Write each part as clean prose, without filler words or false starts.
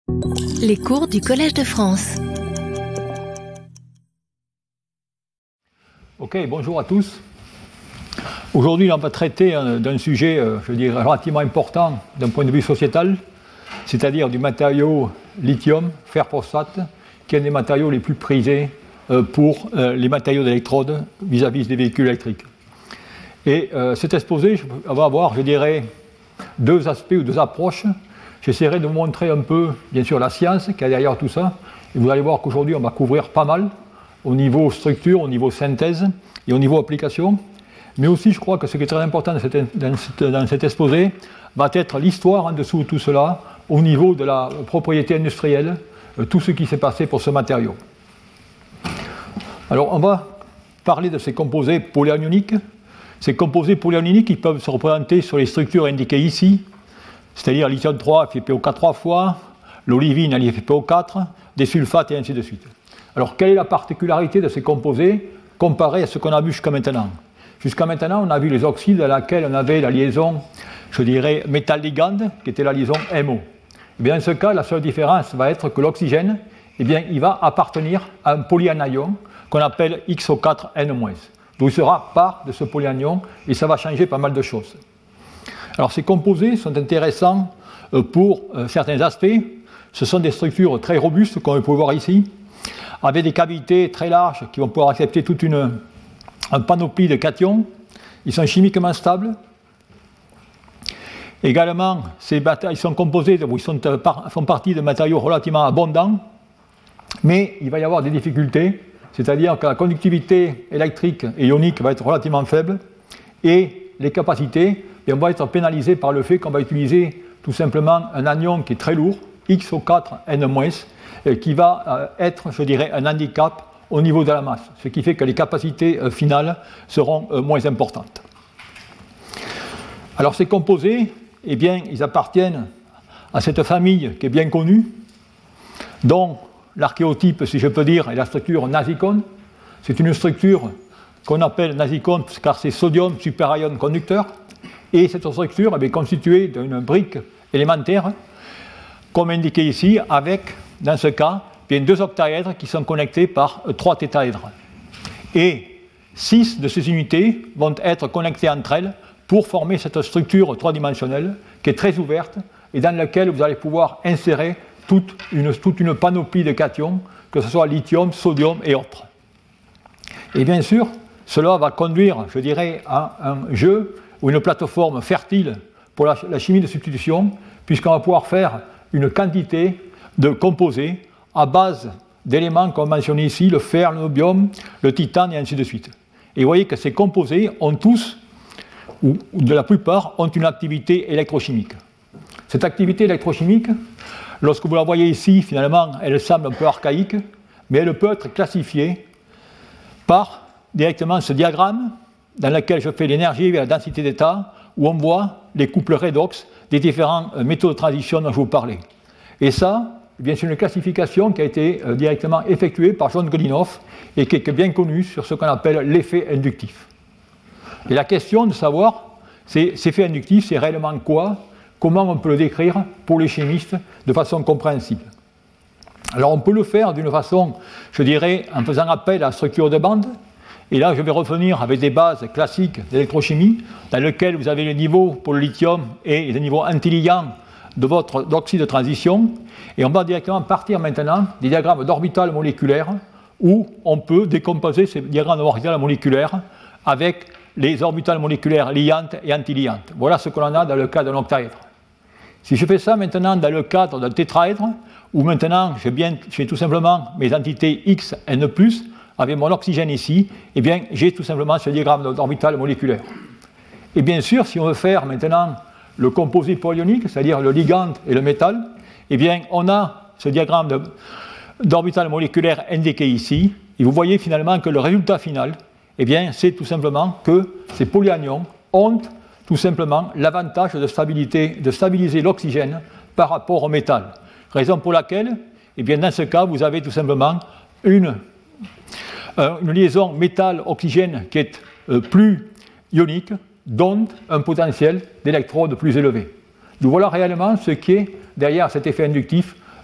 Les cours du Collège de France. Ok, bonjour à tous. Aujourd'hui, on va traiter d'un sujet, je dirais, relativement important d'un point de vue sociétal, c'est-à-dire du matériau lithium, fer phosphate, qui est un des matériaux les plus prisés pour les matériaux d'électrode vis-à-vis des véhicules électriques. Et cet exposé va avoir, je dirais, deux aspects ou deux approches. J'essaierai de vous montrer un peu, bien sûr, la science qu'il y a derrière tout ça. Et vous allez voir qu'aujourd'hui, on va couvrir pas mal au niveau structure, au niveau synthèse et au niveau application. Mais aussi, je crois que ce qui est très important dans cet exposé va être l'histoire en dessous de tout cela, au niveau de la propriété industrielle, tout ce qui s'est passé pour ce matériau. Alors, on va parler de ces composés polyanioniques. Ces composés polyanioniques, ils peuvent se représenter sur les structures indiquées ici, c'est-à-dire lithium 3, FePO4 3 fois, l'olivine, LiFePO4, des sulfates et ainsi de suite. Alors, quelle est la particularité de ces composés comparée à ce qu'on a vu jusqu'à maintenant ? Jusqu'à maintenant, on a vu les oxydes à laquelle on avait la liaison, je dirais, métal-ligande, qui était la liaison MO. Et bien, dans ce cas, la seule différence va être que l'oxygène, eh bien, il va appartenir à un polyanion qu'on appelle XO4N-. Donc, il sera part de ce polyanion et ça va changer pas mal de choses. Alors, ces composés sont intéressants pour certains aspects. Ce sont des structures très robustes, comme vous pouvez voir ici, avec des cavités très larges qui vont pouvoir accepter toute une panoplie de cations. Ils sont chimiquement stables. Également, ils sont composés, font partie de matériaux relativement abondants, mais il va y avoir des difficultés, c'est-à-dire que la conductivité électrique et ionique va être relativement faible, et les capacités vont être pénalisées par le fait qu'on va utiliser tout simplement un anion qui est très lourd, XO4N-, qui va être, je dirais, un handicap au niveau de la masse, ce qui fait que les capacités finales seront moins importantes. Alors ces composés, eh bien, ils appartiennent à cette famille qui est bien connue, dont l'archéotype, si je peux dire, est la structure nasicone. C'est une structure qu'on appelle nasicone car c'est sodium superion conducteur, et cette structure est constituée d'une brique élémentaire, comme indiqué ici, avec, dans ce cas, bien deux octaèdres qui sont connectés par trois tétraèdres. Et 6 de ces unités vont être connectées entre elles pour former cette structure trois-dimensionnelle qui est très ouverte et dans laquelle vous allez pouvoir insérer toute une panoplie de cations, que ce soit lithium, sodium et autres. Et bien sûr, cela va conduire, je dirais, à un jeu ou une plateforme fertile pour la chimie de substitution, puisqu'on va pouvoir faire une quantité de composés à base d'éléments comme mentionné ici, le fer, le niobium, le titane et ainsi de suite. Et vous voyez que ces composés ont tous, ou de la plupart, ont une activité électrochimique. Cette activité électrochimique, lorsque vous la voyez ici, finalement, elle semble un peu archaïque, mais elle peut être classifiée par directement ce diagramme dans lequel je fais l'énergie et la densité d'état, où on voit les couples redox des différents métaux de transition dont je vous parlais. Et ça, eh bien, c'est une classification qui a été directement effectuée par John Goodenough et qui est bien connue sur ce qu'on appelle l'effet inductif. Et la question de savoir, cet effet inductif, c'est réellement quoi ? Comment on peut le décrire pour les chimistes de façon compréhensible ? Alors on peut le faire d'une façon, je dirais, en faisant appel à la structure de bande. Et là, je vais revenir avec des bases classiques d'électrochimie, dans lesquelles vous avez les niveaux pour le lithium et les niveaux antiliants de votre oxyde de transition. Et on va directement partir maintenant des diagrammes d'orbitales moléculaires, où on peut décomposer ces diagrammes d'orbitales moléculaires avec les orbitales moléculaires liantes et antiliantes. Voilà ce que l'on a dans le cas d'un octaèdre. Si je fais ça maintenant dans le cadre d'un tétraèdre, où maintenant j'ai tout simplement mes entités X, N+, avec mon oxygène ici, eh bien, j'ai tout simplement ce diagramme d'orbital moléculaire. Et bien sûr, si on veut faire maintenant le composé polyonique, c'est-à-dire le ligand et le métal, eh bien, on a ce diagramme d'orbital moléculaire indiqué ici, et vous voyez finalement que le résultat final, eh bien, c'est tout simplement que ces polyanions ont tout simplement l'avantage de stabiliser l'oxygène par rapport au métal. Raison pour laquelle, eh bien, dans ce cas, vous avez tout simplement une liaison métal-oxygène qui est plus ionique, donne un potentiel d'électrode plus élevé. Donc voilà réellement ce qui est derrière cet effet inductif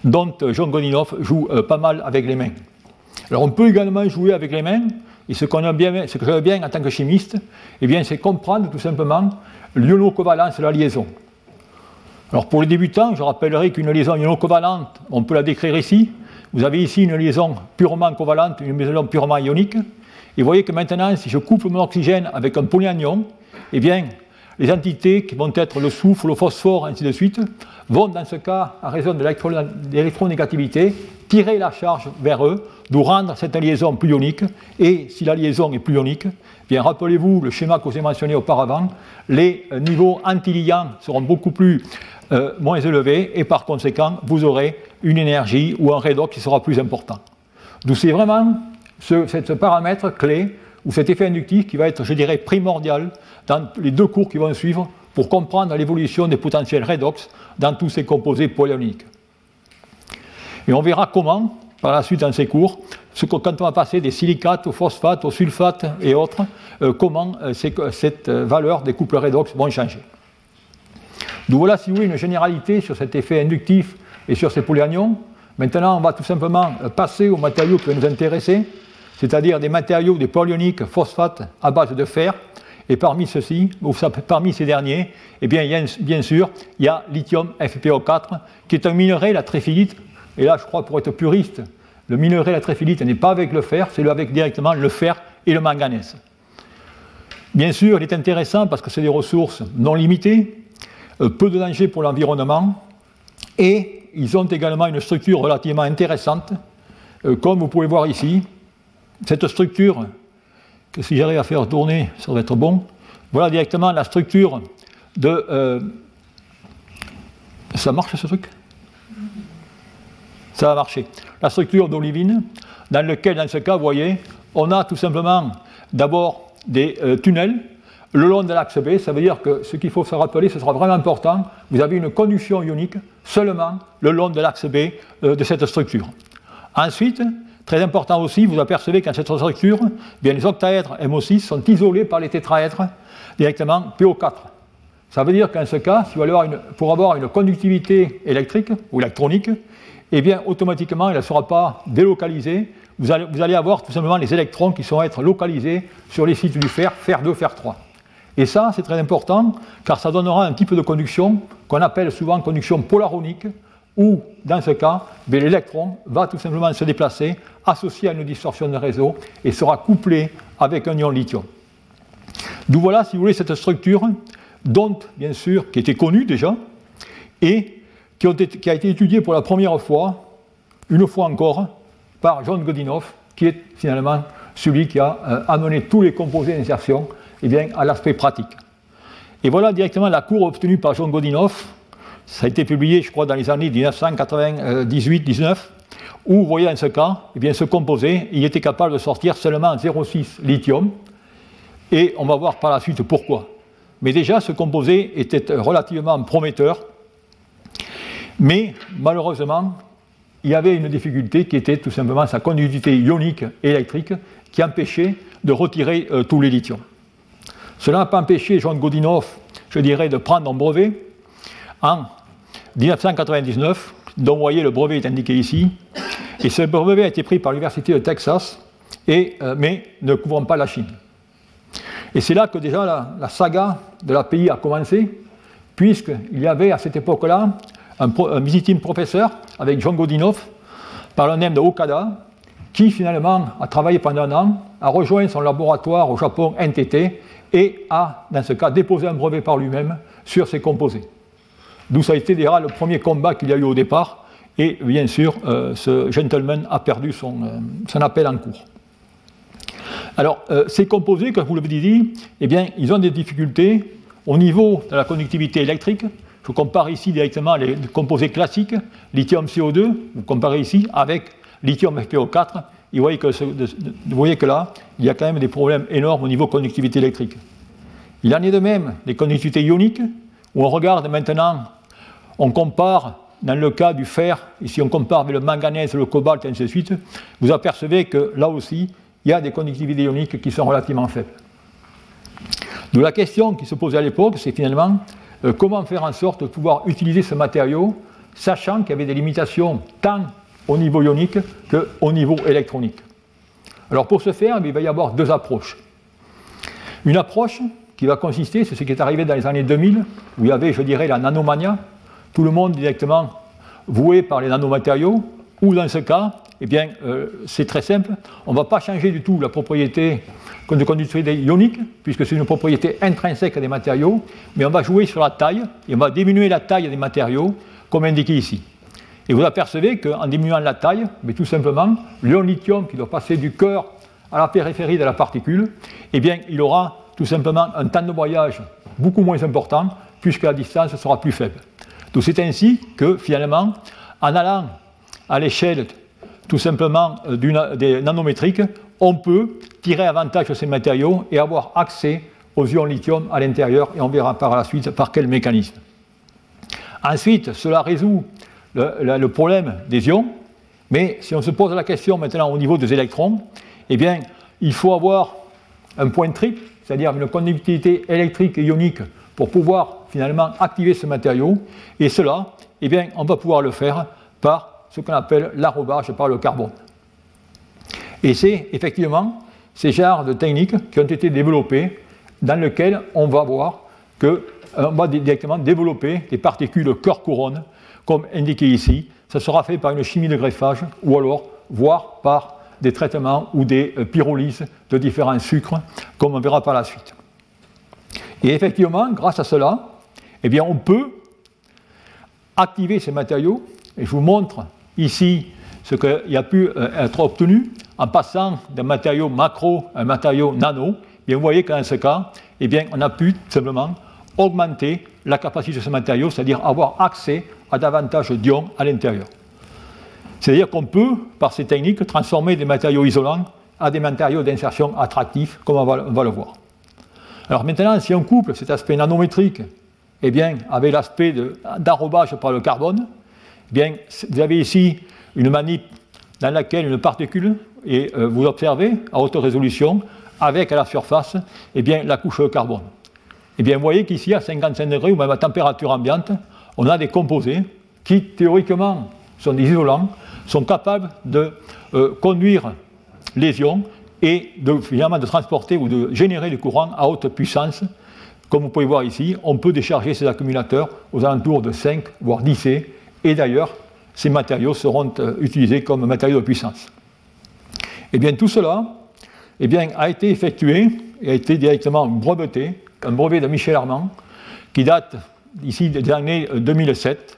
dont John Godinoff joue pas mal avec les mains. Alors on peut également jouer avec les mains, et ce que j'aime bien en tant que chimiste, eh bien, c'est comprendre tout simplement l'ionocovalence de la liaison. Alors pour les débutants, je rappellerai qu'une liaison ionocovalente, on peut la décrire ici. Vous avez ici une liaison purement covalente, une liaison purement ionique. Et vous voyez que maintenant, si je couple mon oxygène avec un polyanion, eh bien, les entités qui vont être le soufre, le phosphore, ainsi de suite, vont dans ce cas, à raison de l'électronégativité, tirer la charge vers eux, d'où rendre cette liaison plus ionique. Et si la liaison est plus ionique, eh bien, rappelez-vous le schéma que je vous ai mentionné auparavant, les niveaux antiliants seront beaucoup moins élevés, et par conséquent, vous aurez une énergie ou un redox qui sera plus important. D'où c'est vraiment ce paramètre clé, ou cet effet inductif qui va être, je dirais, primordial dans les deux cours qui vont suivre pour comprendre l'évolution des potentiels redox dans tous ces composés polyoniques. Et on verra comment, par la suite dans ces cours, quand on va passer des silicates aux phosphates, aux sulfates et autres, comment cette valeur des couples redox vont changer. Donc voilà, si vous voulez, une généralité sur cet effet inductif et sur ces polyanions. Maintenant, on va tout simplement passer aux matériaux qui vont nous intéresser, c'est-à-dire des matériaux, des polyoniques phosphates à base de fer. Et parmi ceux-ci, ou parmi ces derniers, eh bien, bien sûr, il y a lithium FePO4, qui est un minerai, la trifilite. Et là, je crois, pour être puriste, le minerai, la trifilite, n'est pas avec le fer, c'est avec directement le fer et le manganèse. Bien sûr, il est intéressant parce que c'est des ressources non limitées, peu de danger pour l'environnement, et ils ont également une structure relativement intéressante, comme vous pouvez voir ici. Cette structure, que si j'arrive à faire tourner, ça va être bon. Voilà directement la structure de... Ça marche ce truc ? Ça va marcher. La structure d'olivine, dans laquelle, dans ce cas, vous voyez, on a tout simplement d'abord des tunnels le long de l'axe B. Ça veut dire que ce qu'il faut se rappeler, ce sera vraiment important, vous avez une conduction ionique seulement le long de l'axe B de cette structure. Ensuite, très important aussi, vous apercevez qu'en cette structure, bien, les octaèdres MO6 sont isolés par les tétraèdres directement PO4. Ça veut dire qu'en ce cas, pour avoir une conductivité électrique ou électronique, eh bien, automatiquement, elle ne sera pas délocalisée. Vous allez avoir tout simplement les électrons qui vont être localisés sur les sites du fer, fer2, fer3. Et ça, c'est très important, car ça donnera un type de conduction qu'on appelle souvent conduction polaronique, où, dans ce cas, l'électron va tout simplement se déplacer, associé à une distorsion de réseau, et sera couplé avec un ion lithium. D'où voilà, si vous voulez, cette structure, dont, bien sûr, qui était connue déjà, et qui a été étudiée pour la première fois, une fois encore, par John Godinoff, qui est finalement celui qui a amené tous les composés d'insertion à l'aspect pratique. Et voilà directement la courbe obtenue par John Godinoff. Ça a été publié, je crois, dans les années 1998-19, où, vous voyez, dans ce cas, ce composé, il était capable de sortir seulement 0,6 lithium, et on va voir par la suite pourquoi. Mais déjà, ce composé était relativement prometteur, mais malheureusement, il y avait une difficulté qui était tout simplement sa conductivité ionique et électrique, qui empêchait de retirer tous les lithiums. Cela n'a pas empêché John Godinoff, je dirais, de prendre un brevet en 1999, dont vous voyez le brevet est indiqué ici, et ce brevet a été pris par l'Université de Texas, mais ne couvrant pas la Chine. Et c'est là que déjà la saga de l'API a commencé, puisqu'il y avait à cette époque-là un visiting professeur avec John Godinoff, par le nom de Okada, qui finalement a travaillé pendant un an, a rejoint son laboratoire au Japon NTT, et a, dans ce cas, déposé un brevet par lui-même sur ces composés. D'où ça a été déjà le premier combat qu'il y a eu au départ, et bien sûr, ce gentleman a perdu son appel en cours. Alors, ces composés, comme vous l'avez dit, eh bien, ils ont des difficultés au niveau de la conductivité électrique. Je compare ici directement les composés classiques, lithium CO2, vous comparez ici avec lithium FePO4, et vous voyez que là, il y a quand même des problèmes énormes au niveau conductivité électrique. Il en est de même des conductivités ioniques, où on regarde maintenant, on compare, dans le cas du fer, ici on compare avec le manganèse, le cobalt, et ainsi de suite, vous apercevez que là aussi, il y a des conductivités ioniques qui sont relativement faibles. Donc la question qui se posait à l'époque, c'est finalement comment faire en sorte de pouvoir utiliser ce matériau sachant qu'il y avait des limitations tant au niveau ionique qu'au niveau électronique. Alors pour ce faire, il va y avoir deux approches. Une approche qui va consister, c'est ce qui est arrivé dans les années 2000, où il y avait, je dirais, la nanomania, tout le monde directement voué par les nanomatériaux, ou dans ce cas, eh bien, c'est très simple, on ne va pas changer du tout la propriété de conductivité ionique, puisque c'est une propriété intrinsèque des matériaux, mais on va jouer sur la taille, et on va diminuer la taille des matériaux, comme indiqué ici. Et vous apercevez qu'en diminuant la taille, mais tout simplement, l'ion lithium qui doit passer du cœur à la périphérie de la particule, eh bien, il aura tout simplement un temps de voyage beaucoup moins important, puisque la distance sera plus faible. Donc c'est ainsi que, finalement, en allant à l'échelle tout simplement des nanométriques, on peut tirer avantage de ces matériaux et avoir accès aux ions lithium à l'intérieur, et on verra par la suite par quel mécanisme. Ensuite, cela résout le problème des ions, mais si on se pose la question maintenant au niveau des électrons, eh bien, il faut avoir un point triple, c'est-à-dire une conductivité électrique et ionique pour pouvoir finalement activer ce matériau, et cela, eh bien, on va pouvoir le faire par ce qu'on appelle l'arrobage par le carbone. Et c'est effectivement ces genres de techniques qui ont été développées, dans lesquelles on va voir qu'on va directement développer des particules cœur-couronne, comme indiqué ici. Ça sera fait par une chimie de greffage, ou alors, voire par des traitements ou des pyrolyses de différents sucres, comme on verra par la suite. Et effectivement, grâce à cela, eh bien, on peut activer ces matériaux, et je vous montre ici ce qui a pu être obtenu en passant d'un matériau macro à un matériau nano. Eh bien, vous voyez que dans ce cas, eh bien, on a pu simplement augmenter la capacité de ce matériau, c'est-à-dire avoir accès à davantage d'ions à l'intérieur. C'est-à-dire qu'on peut, par ces techniques, transformer des matériaux isolants à des matériaux d'insertion attractifs, comme on va le voir. Alors maintenant, si on couple cet aspect nanométrique, eh bien, avec l'aspect d'enrobage par le carbone, eh bien, vous avez ici une manip dans laquelle une particule, et vous observez à haute résolution, avec à la surface, eh bien, la couche de carbone. Eh bien, vous voyez qu'ici, à 55 degrés, ou même à température ambiante, on a des composés qui, théoriquement, sont des isolants, sont capables de conduire les ions et finalement de transporter ou de générer du courant à haute puissance. Comme vous pouvez voir ici, on peut décharger ces accumulateurs aux alentours de 5 voire 10 C, et d'ailleurs, ces matériaux seront utilisés comme matériaux de puissance. Eh bien, tout cela eh bien, a été effectué et a été directement breveté, un brevet de Michel Armand, qui date ici des années 2007,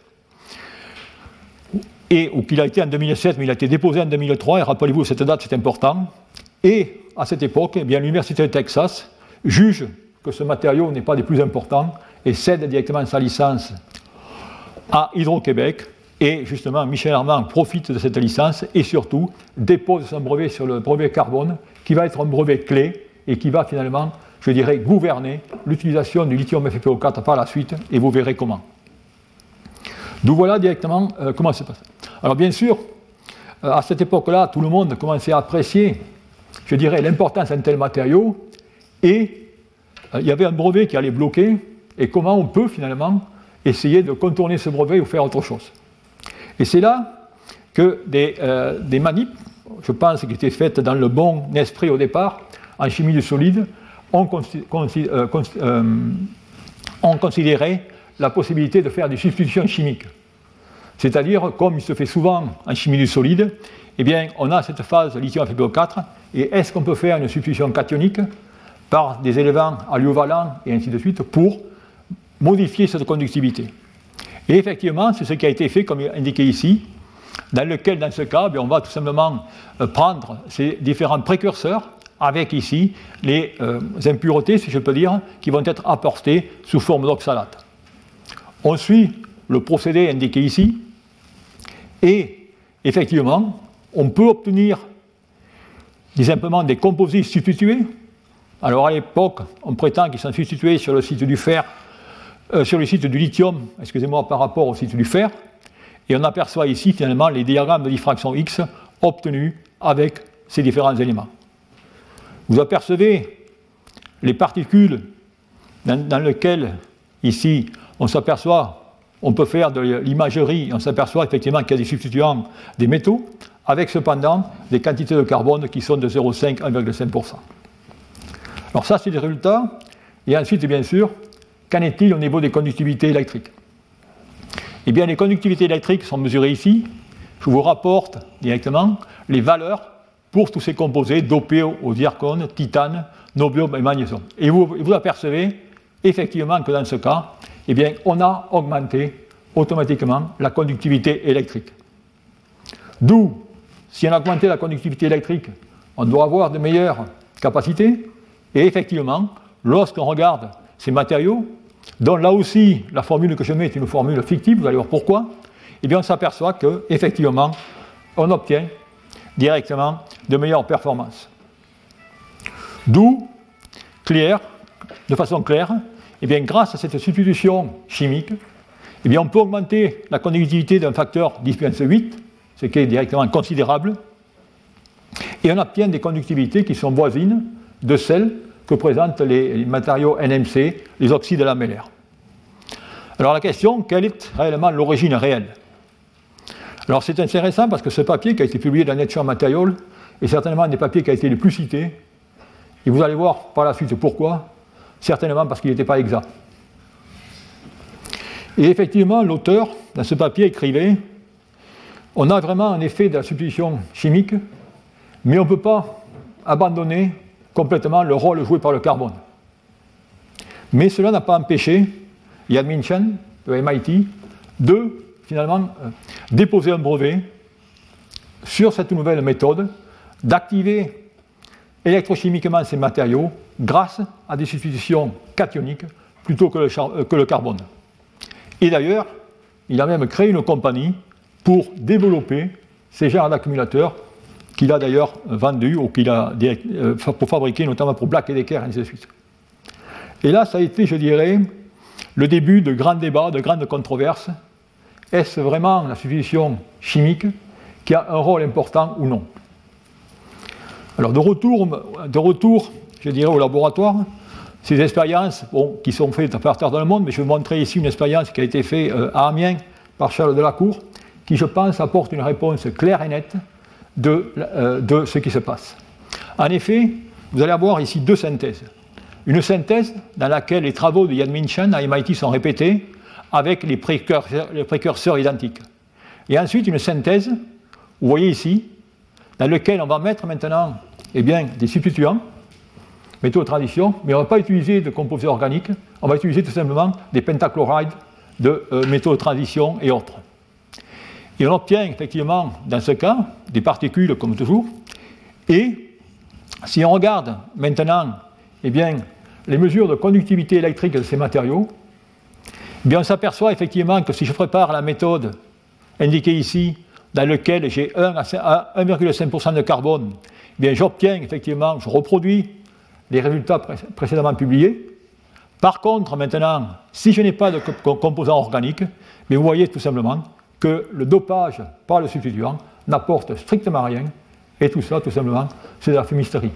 ou qu'il a été en 2007, mais il a été déposé en 2003, et rappelez-vous, cette date, c'est important. Et à cette époque, eh bien, l'Université de Texas juge que ce matériau n'est pas des plus importants et cède directement sa licence à Hydro-Québec. Et justement, Michel Armand profite de cette licence et surtout dépose son brevet sur le brevet carbone, qui va être un brevet clé et qui va finalement, je dirais, gouverner l'utilisation du lithium FePO4 par la suite, et vous verrez comment. Donc voilà directement comment ça se passe. Alors bien sûr, à cette époque-là, tout le monde commençait à apprécier, je dirais, l'importance d'un tel matériau, et il y avait un brevet qui allait bloquer, et comment on peut finalement essayer de contourner ce brevet ou faire autre chose. Et c'est là que des manips, je pense, qui étaient faites dans le bon esprit au départ, en chimie du solide, ont considéré la possibilité de faire des substitutions chimiques. C'est-à-dire, comme il se fait souvent en chimie du solide, eh bien, on a cette phase lithium FePO4, et est-ce qu'on peut faire une substitution cationique par des éléments aliovalents et ainsi de suite pour modifier cette conductivité. Et effectivement, c'est ce qui a été fait, comme indiqué ici, dans lequel, dans ce cas, on va tout simplement prendre ces différents précurseurs, avec ici les impuretés, si je peux dire, qui vont être apportées sous forme d'oxalate. On suit le procédé indiqué ici, et effectivement, on peut obtenir simplement des composites substitués. Alors à l'époque, on prétend qu'ils sont substitués sur le site du fer, sur le site du lithium, excusez-moi, par rapport au site du fer, et on aperçoit ici finalement les diagrammes de diffraction X obtenus avec ces différents éléments. Vous apercevez les particules dans lesquelles, ici, on on peut faire de l'imagerie, on s'aperçoit effectivement qu'il y a des substituants des métaux, avec cependant des quantités de carbone qui sont de 0,5 à 1,5%. Alors ça, c'est des résultats. Et ensuite, bien sûr, qu'en est-il au niveau des conductivités électriques? Eh bien, les conductivités électriques sont mesurées ici. Je vous rapporte directement les valeurs pour tous ces composés dopés au zircone, titane, niobium et magnésium. Et vous apercevez effectivement que dans ce cas, eh bien, on a augmenté automatiquement la conductivité électrique. D'où, si on a augmenté la conductivité électrique, on doit avoir de meilleures capacités. Et effectivement, lorsqu'on regarde ces matériaux, dont là aussi la formule que je mets est une formule fictive, vous allez voir pourquoi, eh bien on s'aperçoit qu'effectivement, on obtient directement de meilleures performances. D'où, de façon claire, eh bien, grâce à cette substitution chimique, eh bien, on peut augmenter la conductivité d'un facteur 10 puissance 8, ce qui est directement considérable, et on obtient des conductivités qui sont voisines de celles que présentent les matériaux NMC, les oxydes lamellaires. Alors la question, quelle est réellement l'origine réelle? Alors c'est intéressant parce que ce papier qui a été publié dans Nature Materials est certainement un des papiers qui a été le plus cité, et vous allez voir par la suite pourquoi, certainement parce qu'il n'était pas exact. Et effectivement, l'auteur, dans ce papier, écrivait « On a vraiment un effet de la substitution chimique, mais on ne peut pas abandonner complètement le rôle joué par le carbone. » Mais cela n'a pas empêché Yan Minchen, de MIT, de finalement déposer un brevet sur cette nouvelle méthode, d'activer électrochimiquement ces matériaux grâce à des substitutions cationiques plutôt que le carbone. Et d'ailleurs, il a même créé une compagnie pour développer ces genres d'accumulateurs qu'il a d'ailleurs vendus ou qu'il a pour fabriquer, notamment pour Black & Decker, et ainsi de suite. Et là, ça a été, je dirais, le début de grands débats, de grandes controverses. Est-ce vraiment la substitution chimique qui a un rôle important ou non? Alors, de retour, je dirais, au laboratoire, ces expériences qui sont faites partout dans le monde, mais je vais vous montrer ici une expérience qui a été faite à Amiens par Charles Delacour, qui, je pense, apporte une réponse claire et nette de ce qui se passe. En effet, vous allez avoir ici deux synthèses. Une synthèse dans laquelle les travaux de Yan Minchen à MIT sont répétés avec les précurseurs identiques. Et ensuite, une synthèse, vous voyez ici, dans laquelle on va mettre maintenant des substituants, métaux de transition, mais on ne va pas utiliser de composés organiques, on va utiliser tout simplement des pentachlorides de métaux de transition et autres. Et on obtient effectivement, dans ce cas, des particules comme toujours. Et si on regarde maintenant les mesures de conductivité électrique de ces matériaux, on s'aperçoit effectivement que si je prépare la méthode indiquée ici, dans laquelle j'ai 1 à 1,5% de carbone, j'obtiens effectivement, je reproduis les résultats précédemment publiés. Par contre, maintenant, si je n'ai pas de composants organiques, vous voyez tout simplement que le dopage par le substituant n'apporte strictement rien, et tout ça, tout simplement, c'est de la fumisterie.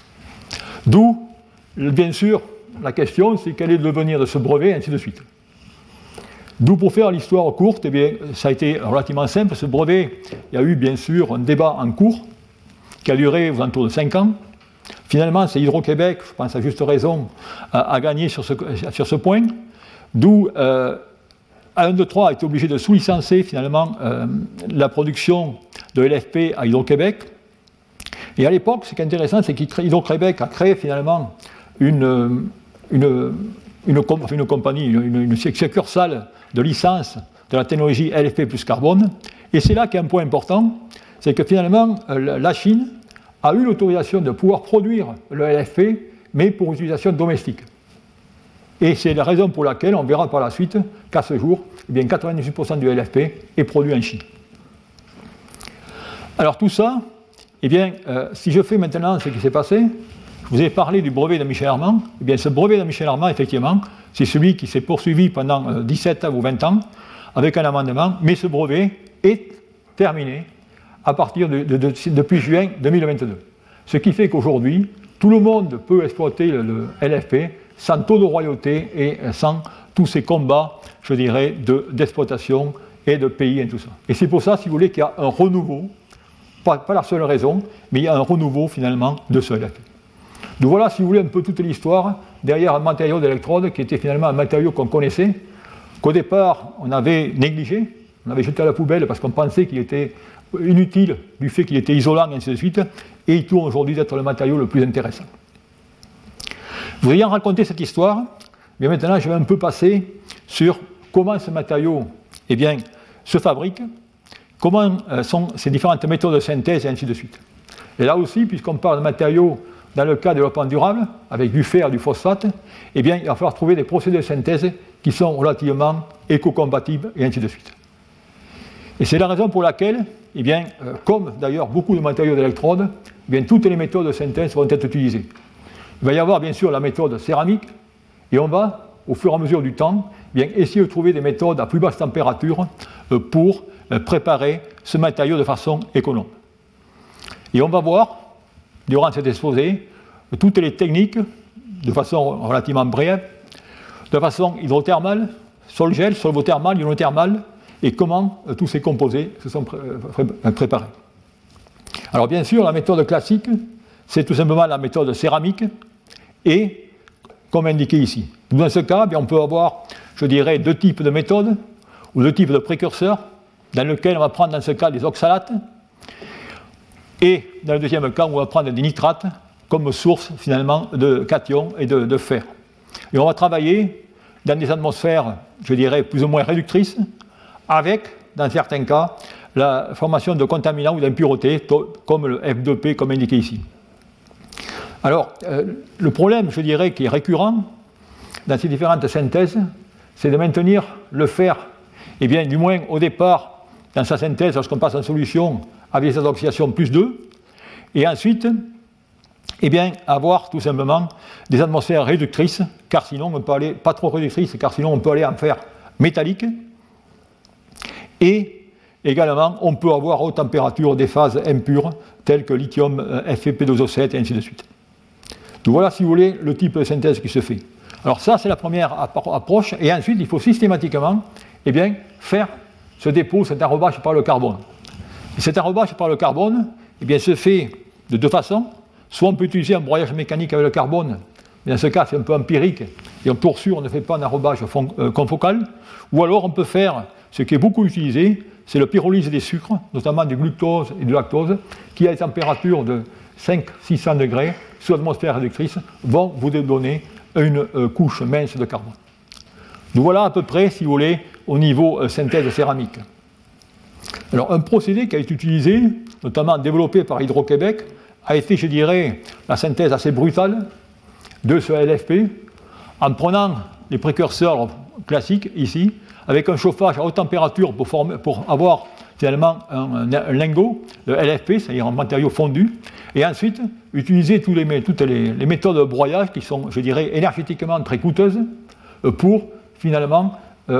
D'où, bien sûr, la question, c'est quel est le devenir de ce brevet, et ainsi de suite. D'où, pour faire l'histoire courte, ça a été relativement simple. Ce brevet, il y a eu, bien sûr, un débat en cours, qui a duré aux alentours de 5 ans. Finalement, c'est Hydro-Québec, je pense à juste raison, a gagné sur ce point. D'où A123 a été obligé de sous-licencer finalement la production de LFP à Hydro-Québec. Et à l'époque, ce qui est intéressant, c'est qu'Hydro-Québec a créé finalement une compagnie, une succursale de licence de la technologie LFP plus carbone. Et c'est là qu'il y a un point important, c'est que finalement, la Chine a eu l'autorisation de pouvoir produire le LFP, mais pour utilisation domestique. Et c'est la raison pour laquelle on verra par la suite qu'à ce jour, 98% du LFP est produit en Chine. Alors tout ça, si je fais maintenant ce qui s'est passé, je vous ai parlé du brevet de Michel Armand. Ce brevet de Michel Armand, effectivement, c'est celui qui s'est poursuivi pendant 17 ou 20 ans avec un amendement, mais ce brevet est terminé à partir depuis juin 2022. Ce qui fait qu'aujourd'hui, tout le monde peut exploiter le LFP sans taux de royauté et sans tous ces combats, je dirais, d'exploitation et de pays et tout ça. Et c'est pour ça, si vous voulez, qu'il y a un renouveau, pas la seule raison, mais il y a un renouveau finalement de ce LFP. Donc voilà, si vous voulez, un peu toute l'histoire derrière un matériau d'électrode qui était finalement un matériau qu'on connaissait, qu'au départ on avait négligé, on avait jeté à la poubelle parce qu'on pensait qu'il était inutile du fait qu'il était isolant et ainsi de suite, et il tourne aujourd'hui d'être le matériau le plus intéressant. Vous ayant raconté cette histoire, bien maintenant je vais un peu passer sur comment ce matériau se fabrique, comment sont ces différentes méthodes de synthèse et ainsi de suite. Et là aussi, puisqu'on parle de matériaux dans le cas de développement durable, avec du fer, du phosphate, il va falloir trouver des procédés de synthèse qui sont relativement éco-compatibles et ainsi de suite. Et c'est la raison pour laquelle, comme d'ailleurs beaucoup de matériaux d'électrode, toutes les méthodes de synthèse vont être utilisées. Il va y avoir bien sûr la méthode céramique, et on va, au fur et à mesure du temps, essayer de trouver des méthodes à plus basse température pour préparer ce matériau de façon économe. Et on va voir, durant cet exposé, toutes les techniques, de façon relativement brève, de façon hydrothermale, sol-gel, solvothermale, ionothermale, et comment tous ces composés se sont préparés. Alors bien sûr, la méthode classique, c'est tout simplement la méthode céramique, et comme indiqué ici. Dans ce cas, on peut avoir, je dirais, deux types de méthodes, ou deux types de précurseurs, dans lesquels on va prendre dans ce cas des oxalates, et dans le deuxième cas, on va prendre des nitrates comme source finalement de cations et de fer. Et on va travailler dans des atmosphères, je dirais, plus ou moins réductrices, avec, dans certains cas, la formation de contaminants ou d'impuretés, comme le F2P, comme indiqué ici. Alors, le problème, je dirais, qui est récurrent dans ces différentes synthèses, c'est de maintenir le fer, du moins au départ, dans sa synthèse, lorsqu'on passe en solution, avec cette oxydation plus 2, et ensuite, avoir tout simplement des atmosphères réductrices, car sinon on peut aller, pas trop réductrices, car sinon on peut aller en fer métallique, et également on peut avoir à haute température des phases impures, telles que lithium, FeP2O7, et ainsi de suite. Donc voilà, si vous voulez, le type de synthèse qui se fait. Alors ça, c'est la première approche, et ensuite, il faut systématiquement faire ce dépôt, cet enrobage par le carbone. Et cet enrobage par le carbone se fait de deux façons. Soit on peut utiliser un broyage mécanique avec le carbone, mais dans ce cas c'est un peu empirique, et pour sûr on ne fait pas un enrobage confocal, ou alors on peut faire ce qui est beaucoup utilisé, c'est le pyrolyse des sucres, notamment du glucose et du lactose, qui à des températures de 500-600 degrés, sous l'atmosphère réductrice, vont vous donner une couche mince de carbone. Donc voilà à peu près, si vous voulez, au niveau synthèse céramique. Alors un procédé qui a été utilisé, notamment développé par Hydro-Québec, a été, je dirais, la synthèse assez brutale de ce LFP, en prenant les précurseurs classiques ici, avec un chauffage à haute température pour avoir finalement un lingot, le LFP, c'est-à-dire un matériau fondu, et ensuite utiliser toutes les méthodes de broyage qui sont, je dirais, énergétiquement très coûteuses pour finalement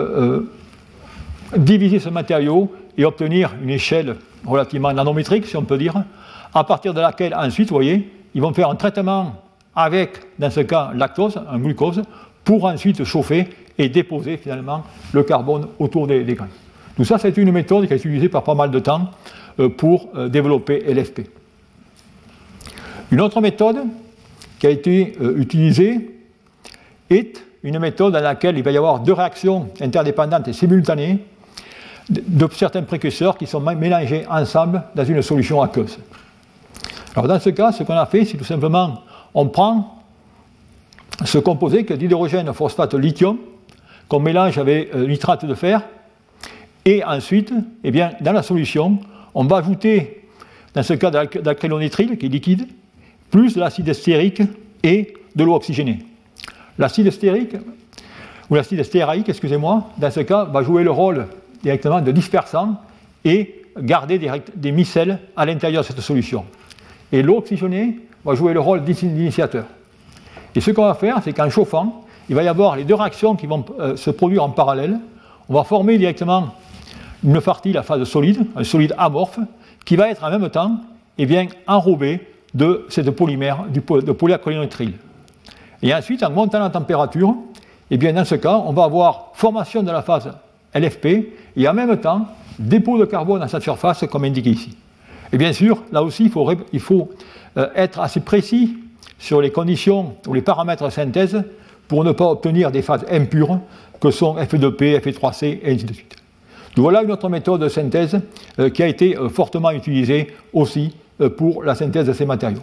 diviser ce matériau et obtenir une échelle relativement nanométrique, si on peut dire, à partir de laquelle, ensuite, vous voyez, ils vont faire un traitement avec, dans ce cas, lactose, un glucose, pour ensuite chauffer et déposer, finalement, le carbone autour des grains. Tout ça, c'est une méthode qui est utilisée par pas mal de temps pour développer LFP. Une autre méthode qui a été utilisée est une méthode dans laquelle il va y avoir deux réactions interdépendantes et simultanées de certains précurseurs qui sont mélangés ensemble dans une solution aqueuse. Alors dans ce cas, ce qu'on a fait, c'est tout simplement, on prend ce composé qui est d'hydrogène phosphate lithium, qu'on mélange avec nitrate de fer, et ensuite, dans la solution, on va ajouter, dans ce cas, de l'acrylonitrile, qui est liquide, plus de l'acide stérique et de l'eau oxygénée. L'acide stérique, ou l'acide stéaraïque, excusez-moi, dans ce cas, va jouer le rôle directement de dispersant et garder des micelles à l'intérieur de cette solution. Et l'eau oxygénée va jouer le rôle d'initiateur. Et ce qu'on va faire, c'est qu'en chauffant, il va y avoir les deux réactions qui vont se produire en parallèle. On va former directement une partie, la phase solide, un solide amorphe, qui va être en même temps enrobé de cette polymère, de polyacrylonitrile. Et ensuite, en montant la température, et bien dans ce cas, on va avoir formation de la phase LFP et en même temps dépôt de carbone à sa surface comme indiqué ici. Et bien sûr, là aussi, il faut être assez précis sur les conditions ou les paramètres de synthèse pour ne pas obtenir des phases impures que sont Fe2P, Fe3C et ainsi de suite. Donc voilà une autre méthode de synthèse qui a été fortement utilisée aussi pour la synthèse de ces matériaux.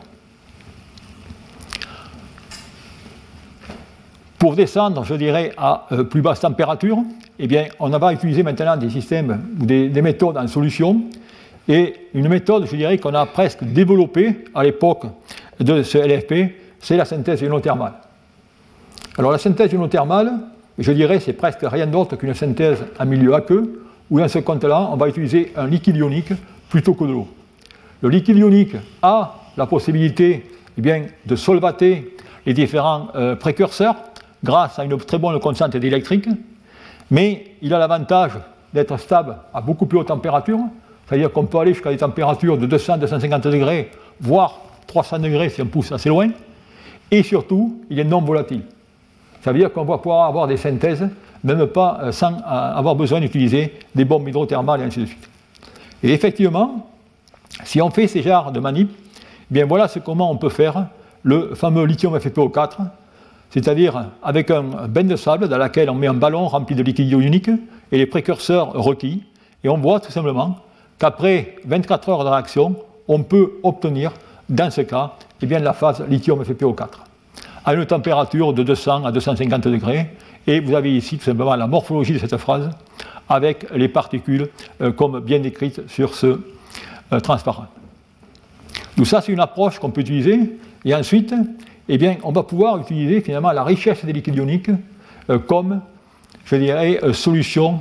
Pour descendre, je dirais, à plus basse température, eh bien, on va utiliser maintenant des systèmes ou des méthodes en solution. Et une méthode, je dirais, qu'on a presque développée à l'époque de ce LFP, c'est la synthèse ionothermale. Alors la synthèse ionothermale, je dirais, c'est presque rien d'autre qu'une synthèse en milieu aqueux, où dans ce compte-là, on va utiliser un liquide ionique plutôt que de l'eau. Le liquide ionique a la possibilité eh bien, de solvater les différents précurseurs grâce à une très bonne constante d'électrique, mais il a l'avantage d'être stable à beaucoup plus haute température, c'est-à-dire qu'on peut aller jusqu'à des températures de 200-250 degrés, voire 300 degrés si on pousse assez loin, et surtout, il est non volatile. Ça veut dire qu'on va pouvoir avoir des synthèses, même pas sans avoir besoin d'utiliser des bombes hydrothermales et ainsi de suite. Et effectivement, si on fait ces genres de manip, eh bien voilà comment on peut faire le fameux lithium FePO4, c'est-à-dire avec un bain de sable dans lequel on met un ballon rempli de liquide ionique et les précurseurs requis, et on voit tout simplement qu'après 24 heures de réaction, on peut obtenir, dans ce cas, eh bien, la phase lithium FePO4, à une température de 200 à 250 degrés, et vous avez ici tout simplement la morphologie de cette phase, avec les particules comme bien décrites sur ce transparent. Donc ça, c'est une approche qu'on peut utiliser, et ensuite, eh bien, on va pouvoir utiliser finalement la richesse des liquides ioniques comme, je dirais, solution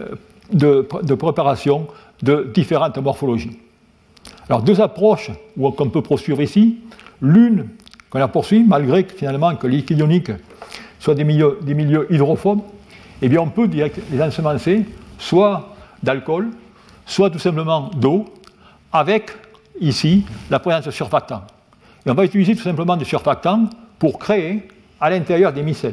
de préparation de différentes morphologies. Alors, deux approches qu'on peut poursuivre ici. L'une qu'on a poursuivie, malgré que, finalement que les liquides ioniques soient des milieux hydrophobes, eh bien, on peut les ensemencer soit d'alcool, soit tout simplement d'eau, avec ici la présence de surfactants. Et on va utiliser tout simplement des surfactants pour créer à l'intérieur des micelles.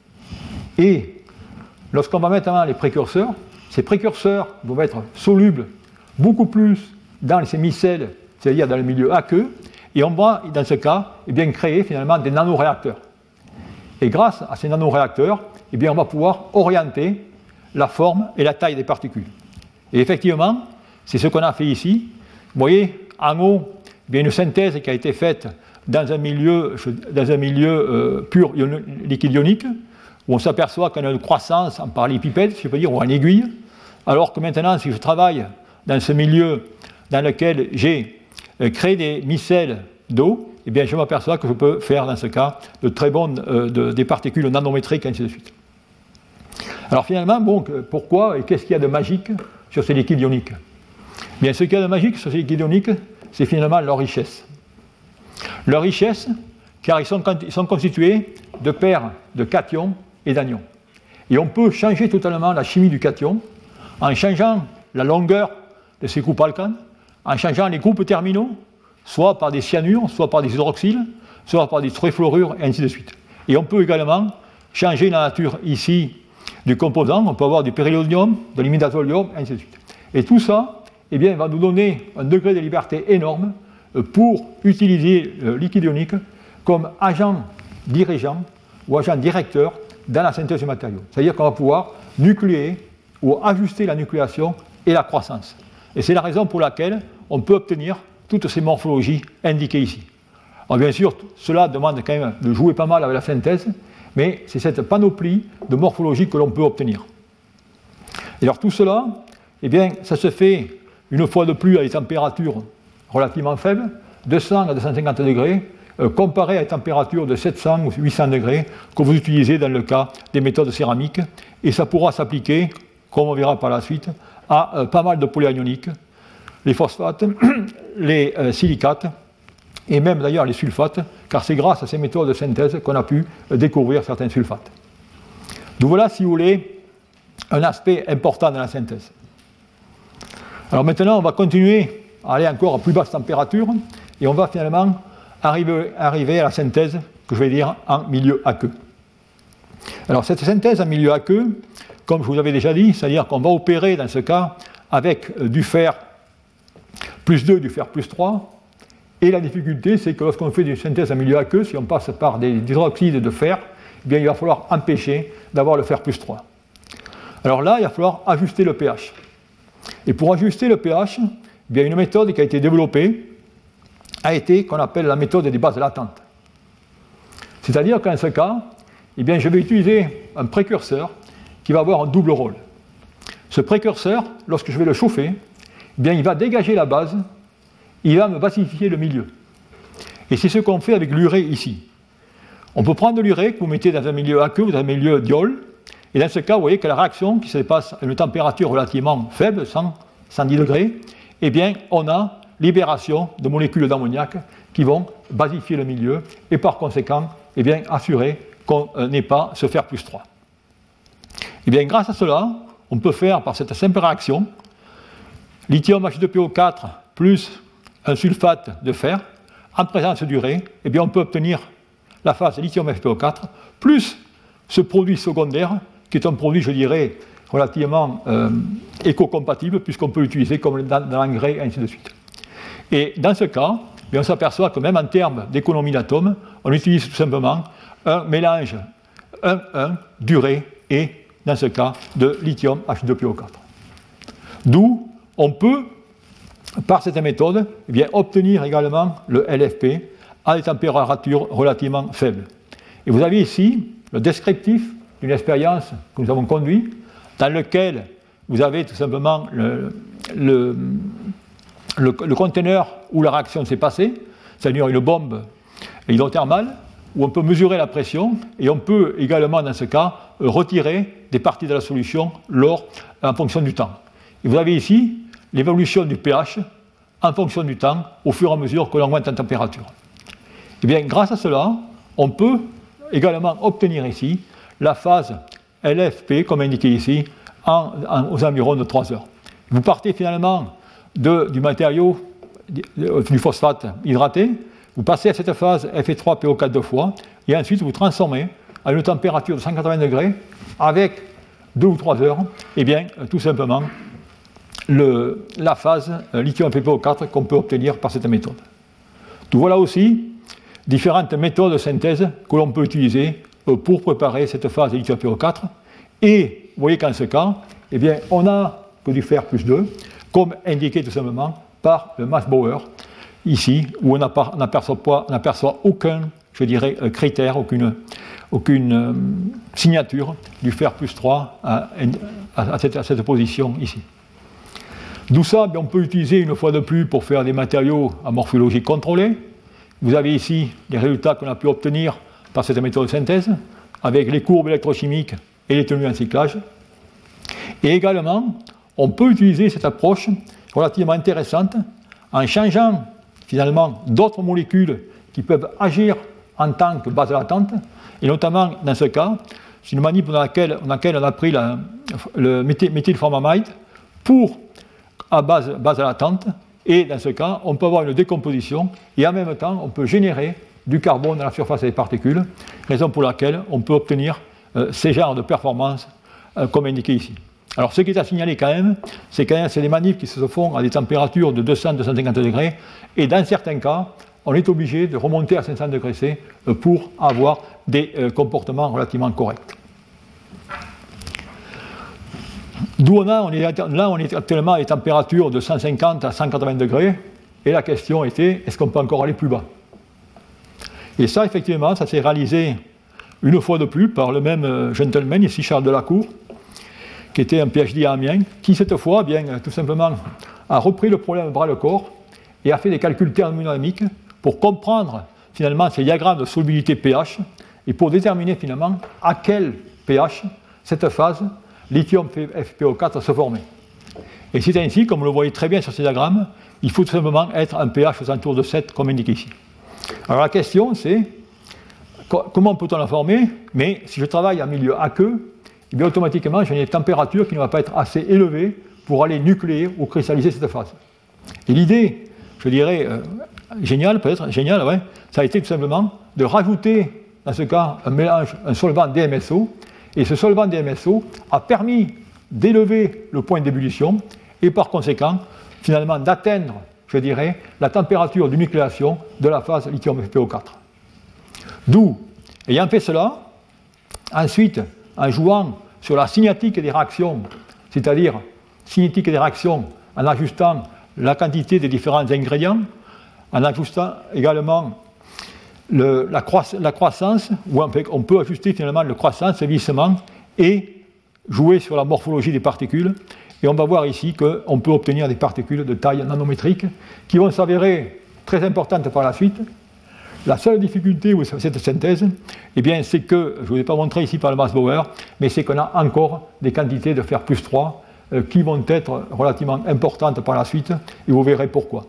Et lorsqu'on va mettre les précurseurs, ces précurseurs vont être solubles beaucoup plus dans ces micelles, c'est-à-dire dans le milieu aqueux, et on va, dans ce cas, eh bien, créer finalement des nanoréacteurs. Et grâce à ces nanoréacteurs, eh bien, on va pouvoir orienter la forme et la taille des particules. Et effectivement, c'est ce qu'on a fait ici. Vous voyez, en haut, eh bien, une synthèse qui a été faite dans un milieu pur liquide ionique, où on s'aperçoit qu'on a une croissance en parallélépipède, si je peux dire, ou en aiguille, alors que maintenant, si je travaille dans ce milieu dans lequel j'ai créé des micelles d'eau, eh bien, je m'aperçois que je peux faire, dans ce cas, des particules nanométriques, et ainsi de suite. Alors finalement, bon, pourquoi et qu'est-ce qu'il y a de magique sur ces liquides ioniques ? Eh bien, ce qu'il y a de magique sur ces liquides ioniques, c'est finalement leur richesse. Leur richesse, car ils sont constitués de paires de cations et d'anions. Et on peut changer totalement la chimie du cation en changeant la longueur de ces groupes alcanes, en changeant les groupes terminaux, soit par des cyanures, soit par des hydroxyles, soit par des trifluorures, et ainsi de suite. Et on peut également changer la nature ici du composant. On peut avoir du pérylonium, de l'imidazolium, et ainsi de suite. Et tout ça, eh bien, va nous donner un degré de liberté énorme pour utiliser le liquide ionique comme agent dirigeant ou agent directeur dans la synthèse du matériau. C'est-à-dire qu'on va pouvoir nucléer ou ajuster la nucléation et la croissance. Et c'est la raison pour laquelle on peut obtenir toutes ces morphologies indiquées ici. Alors bien sûr, cela demande quand même de jouer pas mal avec la synthèse, mais c'est cette panoplie de morphologies que l'on peut obtenir. Et alors tout cela, eh bien, ça se fait une fois de plus à des températures relativement faibles, 200 à 250 degrés, comparé à des températures de 700 ou 800 degrés que vous utilisez dans le cas des méthodes céramiques, et ça pourra s'appliquer, comme on verra par la suite, à pas mal de polyanioniques, les phosphates, les silicates, et même d'ailleurs les sulfates, car c'est grâce à ces méthodes de synthèse qu'on a pu découvrir certains sulfates. Donc voilà, si vous voulez, un aspect important de la synthèse. Alors maintenant, on va continuer à aller encore à plus basse température, et on va finalement arriver à la synthèse, que je vais dire, en milieu aqueux. Alors cette synthèse en milieu aqueux, comme je vous l'avais déjà dit, c'est-à-dire qu'on va opérer dans ce cas avec du fer plus 2, du fer plus 3, et la difficulté c'est que lorsqu'on fait une synthèse en milieu aqueux, si on passe par des hydroxydes de fer, eh bien, il va falloir empêcher d'avoir le fer plus 3. Alors là, il va falloir ajuster le pH. Et pour ajuster le pH, eh bien, une méthode qui a été développée a été qu'on appelle la méthode des bases latentes. C'est-à-dire qu'en ce cas, eh bien, je vais utiliser un précurseur qui va avoir un double rôle. Ce précurseur, lorsque je vais le chauffer, eh bien, il va dégager la base, il va me basifier le milieu. Et c'est ce qu'on fait avec l'urée ici. On peut prendre de l'urée que vous mettez dans un milieu aqueux ou dans un milieu diol, et dans ce cas, vous voyez que la réaction qui se passe à une température relativement faible, 110 degrés, eh bien, on a libération de molécules d'ammoniac qui vont basifier le milieu et par conséquent, eh bien, assurer qu'on n'ait pas ce fer plus 3. Eh bien, grâce à cela, on peut faire par cette simple réaction lithium H2PO4 plus un sulfate de fer en présence d'urée, eh bien, on peut obtenir la phase lithium H2PO4 plus ce produit secondaire qui est un produit, je dirais, relativement éco-compatible puisqu'on peut l'utiliser comme dans l'engrais et ainsi de suite. Et dans ce cas, on s'aperçoit que même en termes d'économie d'atomes, on utilise tout simplement un mélange 1,1 d'urée et, dans ce cas, de lithium H2PO4. D'où on peut, par cette méthode, eh bien, obtenir également le LFP à des températures relativement faibles. Et vous avez ici le descriptif d'une expérience que nous avons conduite, dans lequel vous avez tout simplement le conteneur où la réaction s'est passée, c'est-à-dire une bombe hydrothermale, où on peut mesurer la pression, et on peut également, dans ce cas, retirer des parties de la solution en fonction du temps. Et vous avez ici l'évolution du pH en fonction du temps, au fur et à mesure que l'on augmente la température. Et bien, grâce à cela, on peut également obtenir ici la phase LFP, comme indiqué ici, aux environs de 3 heures. Vous partez finalement du matériau, du phosphate hydraté, vous passez à cette phase Fe3PO4 deux fois, et ensuite vous transformez à une température de 180 degrés avec 2 ou 3 heures, et bien tout simplement la phase lithium FePO4 qu'on peut obtenir par cette méthode. Donc voilà aussi différentes méthodes de synthèse que l'on peut utiliser pour préparer cette phase lithium FePO4, et vous voyez qu'en ce cas, eh bien, on n'a que du fer plus 2, comme indiqué tout simplement par le mass Bauer, ici, où on n'aperçoit aucun, je dirais, critère, aucune signature du fer plus 3 à cette position ici. D'où ça, bien, on peut utiliser une fois de plus pour faire des matériaux à morphologie contrôlée. Vous avez ici les résultats qu'on a pu obtenir par cette méthode de synthèse, avec les courbes électrochimiques et les tenues en cyclage. Et également, on peut utiliser cette approche relativement intéressante en changeant finalement d'autres molécules qui peuvent agir en tant que base latente, et notamment dans ce cas, c'est une manip dans laquelle on a pris le méthylformamide à base latente, et dans ce cas, on peut avoir une décomposition, et en même temps, on peut générer du carbone à la surface des particules, raison pour laquelle on peut obtenir ces genres de performances comme indiqué ici. Alors, ce qui est à signaler quand même, c'est des manifs qui se font à des températures de 200-250 degrés, et dans certains cas, on est obligé de remonter à 500 degrés C pour avoir des comportements relativement corrects. D'où on est actuellement à des températures de 150 à 180 degrés, et la question était, est-ce qu'on peut encore aller plus bas? Et ça, effectivement, ça s'est réalisé une fois de plus par le même gentleman, ici Charles Delacour, qui était un PhD à Amiens, qui cette fois, bien, tout simplement, a repris le problème bras le corps et a fait des calculs thermodynamiques pour comprendre finalement ces diagrammes de solubilité pH et pour déterminer finalement à quel pH cette phase lithium FePO4 se formait. Et c'est ainsi, comme vous le voyez très bien sur ces diagrammes, il faut tout simplement être un pH aux alentours de 7 comme indiqué ici. Alors la question c'est comment peut-on la former? Mais si je travaille en milieu aqueux, eh bien automatiquement j'ai une température qui ne va pas être assez élevée pour aller nucléer ou cristalliser cette phase. Et l'idée, je dirais, géniale, ouais, ça a été tout simplement de rajouter dans ce cas, un solvant DMSO, et ce solvant DMSO a permis d'élever le point d'ébullition, et par conséquent, finalement, d'atteindre, je dirais, la température de nucléation de la phase lithium FeO4. D'où, ayant fait cela, ensuite, en jouant sur la cinétique des réactions, c'est-à-dire cinétique des réactions en ajustant la quantité des différents ingrédients, en ajustant également la croissance, ou en fait, on peut ajuster finalement la croissance, le vieillissement, et jouer sur la morphologie des particules. Et on va voir ici qu'on peut obtenir des particules de taille nanométrique qui vont s'avérer très importantes par la suite. La seule difficulté de cette synthèse, eh bien, c'est que, je ne vous ai pas montré ici par le mass Bauer, mais c'est qu'on a encore des quantités de fer plus 3 qui vont être relativement importantes par la suite, et vous verrez pourquoi.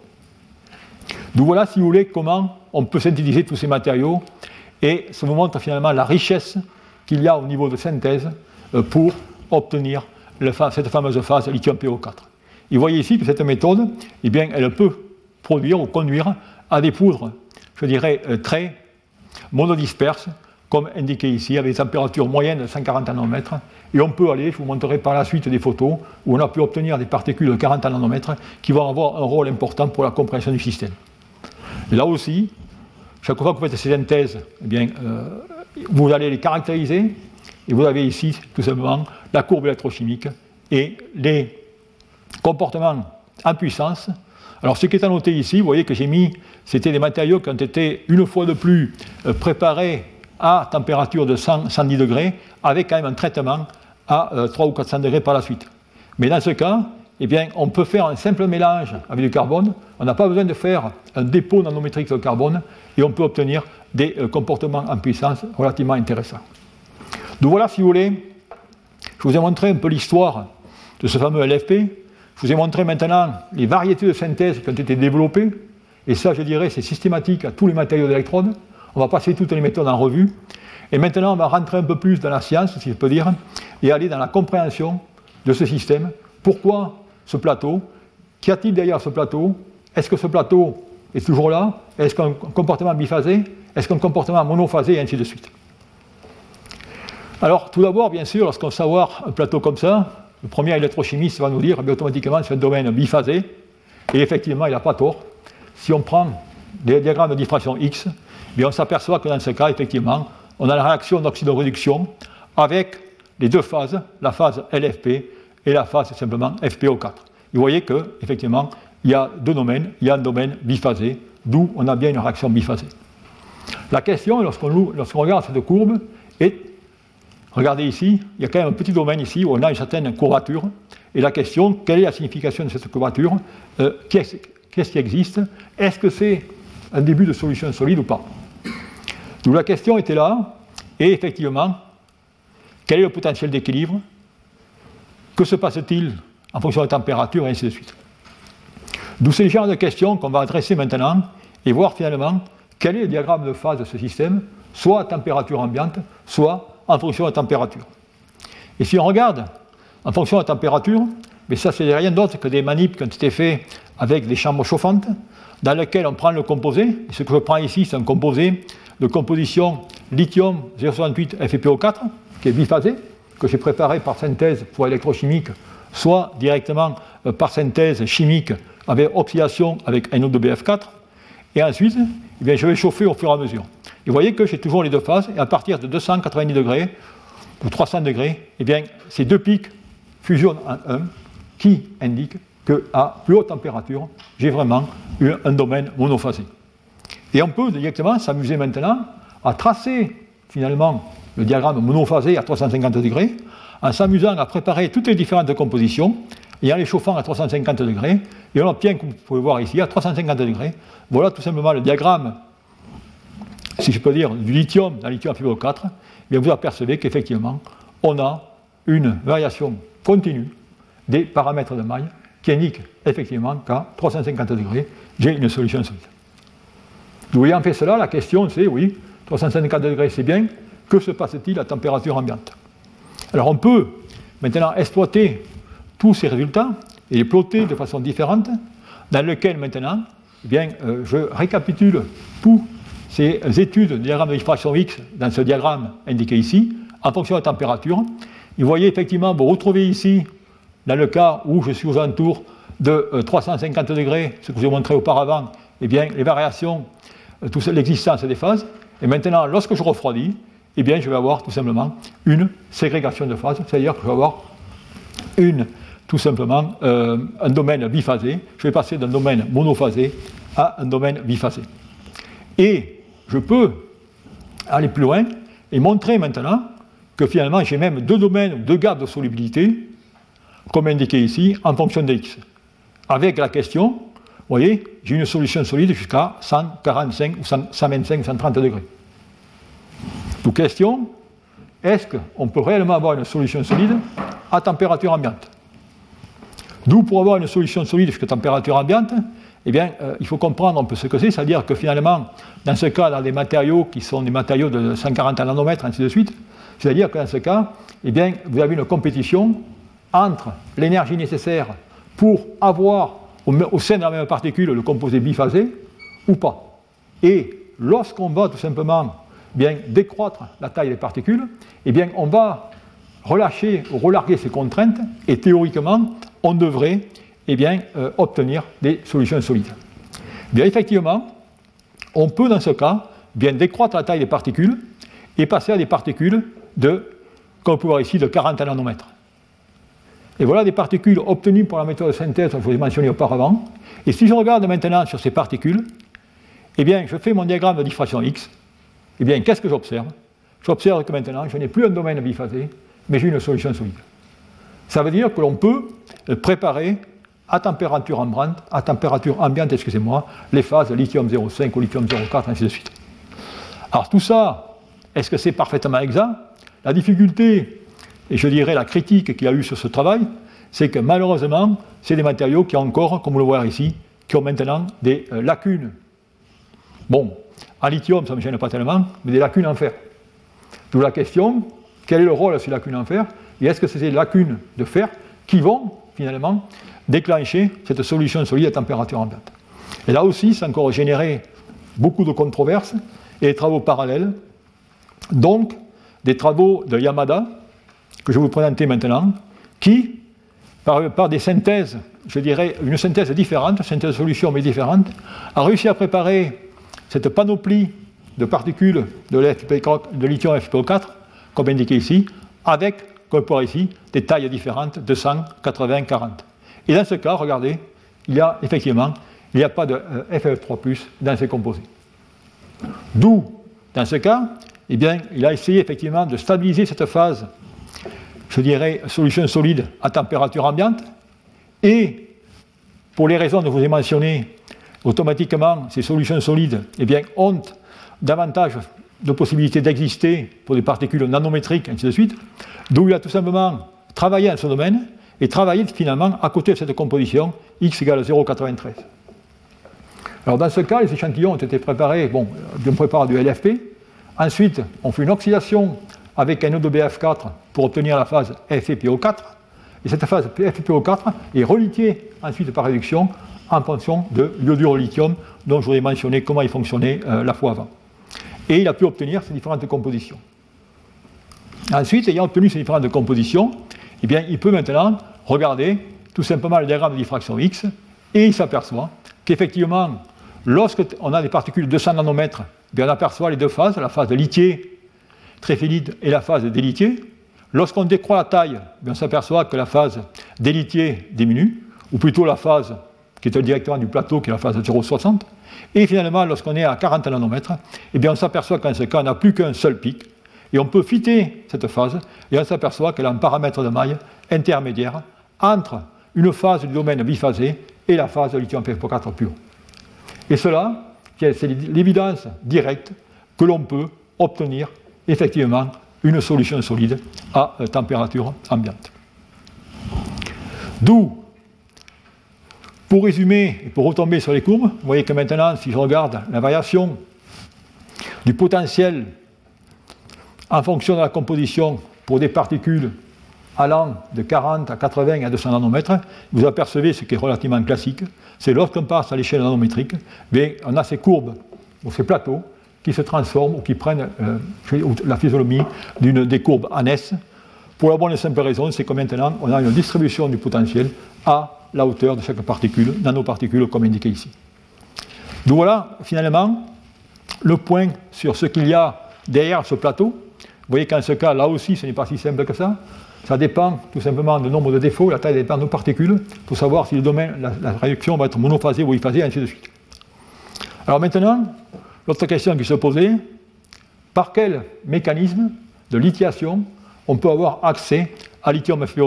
Donc voilà, si vous voulez, comment on peut synthétiser tous ces matériaux, et ça vous montre finalement la richesse qu'il y a au niveau de synthèse pour obtenir cette fameuse phase lithium PO4. Et vous voyez ici que cette méthode, eh bien, elle peut produire ou conduire à des poudres, je dirais, très monodisperses, comme indiqué ici, avec des températures moyennes de 140 nanomètres. Et on peut aller, je vous montrerai par la suite des photos, où on a pu obtenir des particules de 40 nanomètres qui vont avoir un rôle important pour la compréhension du système. Et là aussi, chaque fois que vous faites ces synthèses, eh bien, vous allez les caractériser, et vous avez ici, tout simplement, la courbe électrochimique et les comportements en puissance. Alors, ce qui est à noter ici, vous voyez que j'ai mis, c'était des matériaux qui ont été, une fois de plus, préparés à température de 110 degrés, avec quand même un traitement à 300 ou 400 degrés par la suite. Mais dans ce cas, eh bien, on peut faire un simple mélange avec du carbone, on n'a pas besoin de faire un dépôt nanométrique de carbone, et on peut obtenir des comportements en puissance relativement intéressants. Donc voilà, si vous voulez, je vous ai montré un peu l'histoire de ce fameux LFP. Je vous ai montré maintenant les variétés de synthèse qui ont été développées. Et ça, je dirais, c'est systématique à tous les matériaux d'électrodes. On va passer toutes les méthodes en revue. Et maintenant, on va rentrer un peu plus dans la science, si je peux dire, et aller dans la compréhension de ce système. Pourquoi ce plateau? Qu'y a-t-il derrière ce plateau? Est-ce que ce plateau est toujours là? Est-ce qu'un comportement biphasé? Est-ce qu'un comportement monophasé? Et ainsi de suite. Alors, tout d'abord, bien sûr, lorsqu'on savoir un plateau comme ça, le premier électrochimiste va nous dire automatiquement c'est un domaine biphasé, et effectivement, il n'a pas tort. Si on prend des diagrammes de diffraction X, bien, on s'aperçoit que dans ce cas, effectivement, on a la réaction d'oxydoréduction avec les deux phases, la phase LFP et la phase simplement FPO4. Et vous voyez qu'effectivement, il y a deux domaines, il y a un domaine biphasé, d'où on a bien une réaction biphasée. La question, lorsqu'on regarde cette courbe, est regardez ici, il y a quand même un petit domaine ici où on a une certaine courbature. Et la question, quelle est la signification de cette courbature? Qu'est-ce qui existe? Est-ce que c'est un début de solution solide ou pas? Donc la question était là, et effectivement, quel est le potentiel d'équilibre? Que se passe-t-il en fonction de la température, et ainsi de suite. D'où c'est le genre de questions qu'on va adresser maintenant, et voir finalement quel est le diagramme de phase de ce système, soit à température ambiante, soit en fonction de la température. Et si on regarde en fonction de la température, mais ça c'est rien d'autre que des manips qui ont été faits avec des chambres chauffantes, dans lesquelles on prend le composé, et ce que je prends ici c'est un composé de composition lithium 068 FePO4, qui est biphasé, que j'ai préparé par synthèse pour électrochimique, soit directement par synthèse chimique avec oxydation avec NO2BF4, et ensuite eh bien, je vais chauffer au fur et à mesure. Et vous voyez que j'ai toujours les deux phases, et à partir de 290 degrés ou 300 degrés, eh bien, ces deux pics fusionnent en un, qui indique qu'à plus haute température, j'ai vraiment un domaine monophasé. Et on peut directement s'amuser maintenant à tracer finalement le diagramme monophasé à 350 degrés, en s'amusant à préparer toutes les différentes compositions, et en les chauffant à 350 degrés, et on obtient, comme vous pouvez voir ici, à 350 degrés, voilà tout simplement le diagramme, si je peux dire, du lithium dans le lithium FePO4, bien vous apercevez qu'effectivement, on a une variation continue des paramètres de maille qui indiquent effectivement qu'à 350 degrés, j'ai une solution solide. Donc, ayant fait cela, la question c'est, oui, 350 degrés c'est bien, que se passe-t-il à température ambiante? Alors on peut maintenant exploiter tous ces résultats et les plotter de façon différente, dans lequel maintenant, eh bien, je récapitule tous ces études du diagramme de diffraction X dans ce diagramme indiqué ici, en fonction de la température. Et vous voyez effectivement, vous retrouvez ici, dans le cas où je suis aux alentours de 350 degrés, ce que je vous ai montré auparavant, eh bien, les variations, l'existence des phases. Et maintenant, lorsque je refroidis, eh bien, je vais avoir tout simplement une ségrégation de phases, c'est-à-dire que je vais avoir tout simplement un domaine biphasé. Je vais passer d'un domaine monophasé à un domaine biphasé. Et je peux aller plus loin et montrer maintenant que finalement j'ai même deux domaines ou deux gammes de solubilité, comme indiqué ici, en fonction de x. Avec la question, vous voyez, j'ai une solution solide jusqu'à 145 ou 125 ou 130 degrés. Donc question, est-ce qu'on peut réellement avoir une solution solide à température ambiante? D'où pour avoir une solution solide jusqu'à température ambiante, eh bien, il faut comprendre un peu ce que c'est, c'est-à-dire que finalement, dans ce cas, dans des matériaux qui sont des matériaux de 140 nanomètres, ainsi de suite, c'est-à-dire que dans ce cas, eh bien, vous avez une compétition entre l'énergie nécessaire pour avoir au sein de la même particule le composé biphasé ou pas. Et lorsqu'on va tout simplement bien, décroître la taille des particules, eh bien, on va relâcher ou relarguer ces contraintes et théoriquement, on devrait eh bien, obtenir des solutions solides. Bien, effectivement, on peut dans ce cas bien décroître la taille des particules et passer à des particules comme on peut voir ici, de 40 nanomètres. Et voilà des particules obtenues par la méthode de synthèse que je vous ai mentionné auparavant. Et si je regarde maintenant sur ces particules, eh bien, je fais mon diagramme de diffraction X. Eh bien, qu'est-ce que j'observe? J'observe que maintenant, je n'ai plus un domaine biphasé, mais j'ai une solution solide. Ça veut dire que l'on peut préparer à température ambiante, les phases lithium 0,5 ou lithium 0,4, ainsi de suite. Alors tout ça, est-ce que c'est parfaitement exact? La difficulté, et je dirais la critique qu'il y a eu sur ce travail, c'est que malheureusement, c'est des matériaux qui ont encore, comme vous le voyez ici, qui ont maintenant des lacunes. Bon, en lithium, ça ne me gêne pas tellement, mais des lacunes en fer. D'où la question, quel est le rôle de ces lacunes en fer? Et est-ce que c'est ces lacunes de fer qui vont, finalement, déclencher cette solution solide à température ambiante? Et là aussi, ça a encore généré beaucoup de controverses et des travaux parallèles. Donc, des travaux de Yamada, que je vais vous présenter maintenant, qui, par des synthèses, je dirais une synthèse différente, synthèse de solution mais différente, a réussi à préparer cette panoplie de particules de lithium FeO4, comme indiqué ici, avec, comme pour ici, des tailles différentes de 100, 80, 40. Et dans ce cas, regardez, il n'y a pas de FeO3+, dans ces composés. D'où, dans ce cas, eh bien, il a essayé effectivement de stabiliser cette phase, je dirais, solution solide à température ambiante, et pour les raisons que je vous ai mentionnées, automatiquement, ces solutions solides eh bien, ont davantage de possibilités d'exister pour des particules nanométriques, ainsi de suite, d'où il a tout simplement travaillé dans ce domaine et travaillé finalement à côté de cette composition X égale 0,93. Alors dans ce cas, les échantillons ont été préparés, on prépare du LFP, ensuite on fait une oxydation avec un E2BF4 pour obtenir la phase FePO4, et cette phase FePO4 est relithiée ensuite par réduction en fonction de l'iodure de lithium dont je vous ai mentionné comment il fonctionnait la fois avant. Et il a pu obtenir ces différentes compositions. Ensuite, ayant obtenu ces différentes compositions, eh bien, il peut maintenant regarder tout simplement le diagramme de diffraction X et il s'aperçoit qu'effectivement, lorsqu'on a des particules de 200 nanomètres, eh bien, on aperçoit les deux phases, la phase de lithier trifélide et la phase délithier. Lorsqu'on décroît la taille, eh bien, on s'aperçoit que la phase délithier diminue, ou plutôt la phase qui est directement du plateau, qui est la phase de 0,60. Et finalement, lorsqu'on est à 40 nanomètres, eh bien, on s'aperçoit qu'en ce cas, on n'a plus qu'un seul pic. Et on peut fitter cette phase, et on s'aperçoit qu'elle a un paramètre de maille intermédiaire entre une phase du domaine biphasé et la phase de lithium FeO4 plus haut. Et cela, c'est l'évidence directe que l'on peut obtenir effectivement une solution solide à température ambiante. D'où, pour résumer et pour retomber sur les courbes, vous voyez que maintenant, si je regarde la variation du potentiel en fonction de la composition pour des particules allant de 40 à 80 à 200 nanomètres, vous apercevez ce qui est relativement classique, c'est lorsqu'on passe à l'échelle nanométrique, on a ces courbes, ou ces plateaux, qui se transforment ou qui prennent la physionomie des courbes en S. Pour la bonne et simple raison, c'est que maintenant, on a une distribution du potentiel à la hauteur de chaque particule, nanoparticule, comme indiqué ici. Donc voilà, finalement, le point sur ce qu'il y a derrière ce plateau. Vous voyez qu'en ce cas, là aussi, ce n'est pas si simple que ça. Ça dépend tout simplement du nombre de défauts, la taille dépend de nos particules, pour savoir si le domaine, la réaction va être monophasée ou biphasée, et ainsi de suite. Alors maintenant, l'autre question qui se posait, par quel mécanisme de lithiation on peut avoir accès à lithium FeO4 ?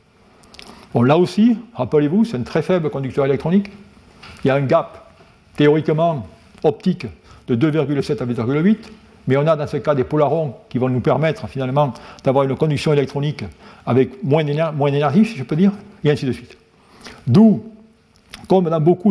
Bon, là aussi, rappelez-vous, c'est un très faible conducteur électronique. Il y a un gap théoriquement optique de 2,7 à 8,8, mais on a dans ce cas des polarons qui vont nous permettre finalement d'avoir une conduction électronique avec moins d'énergie, si je peux dire, et ainsi de suite. D'où, comme dans beaucoup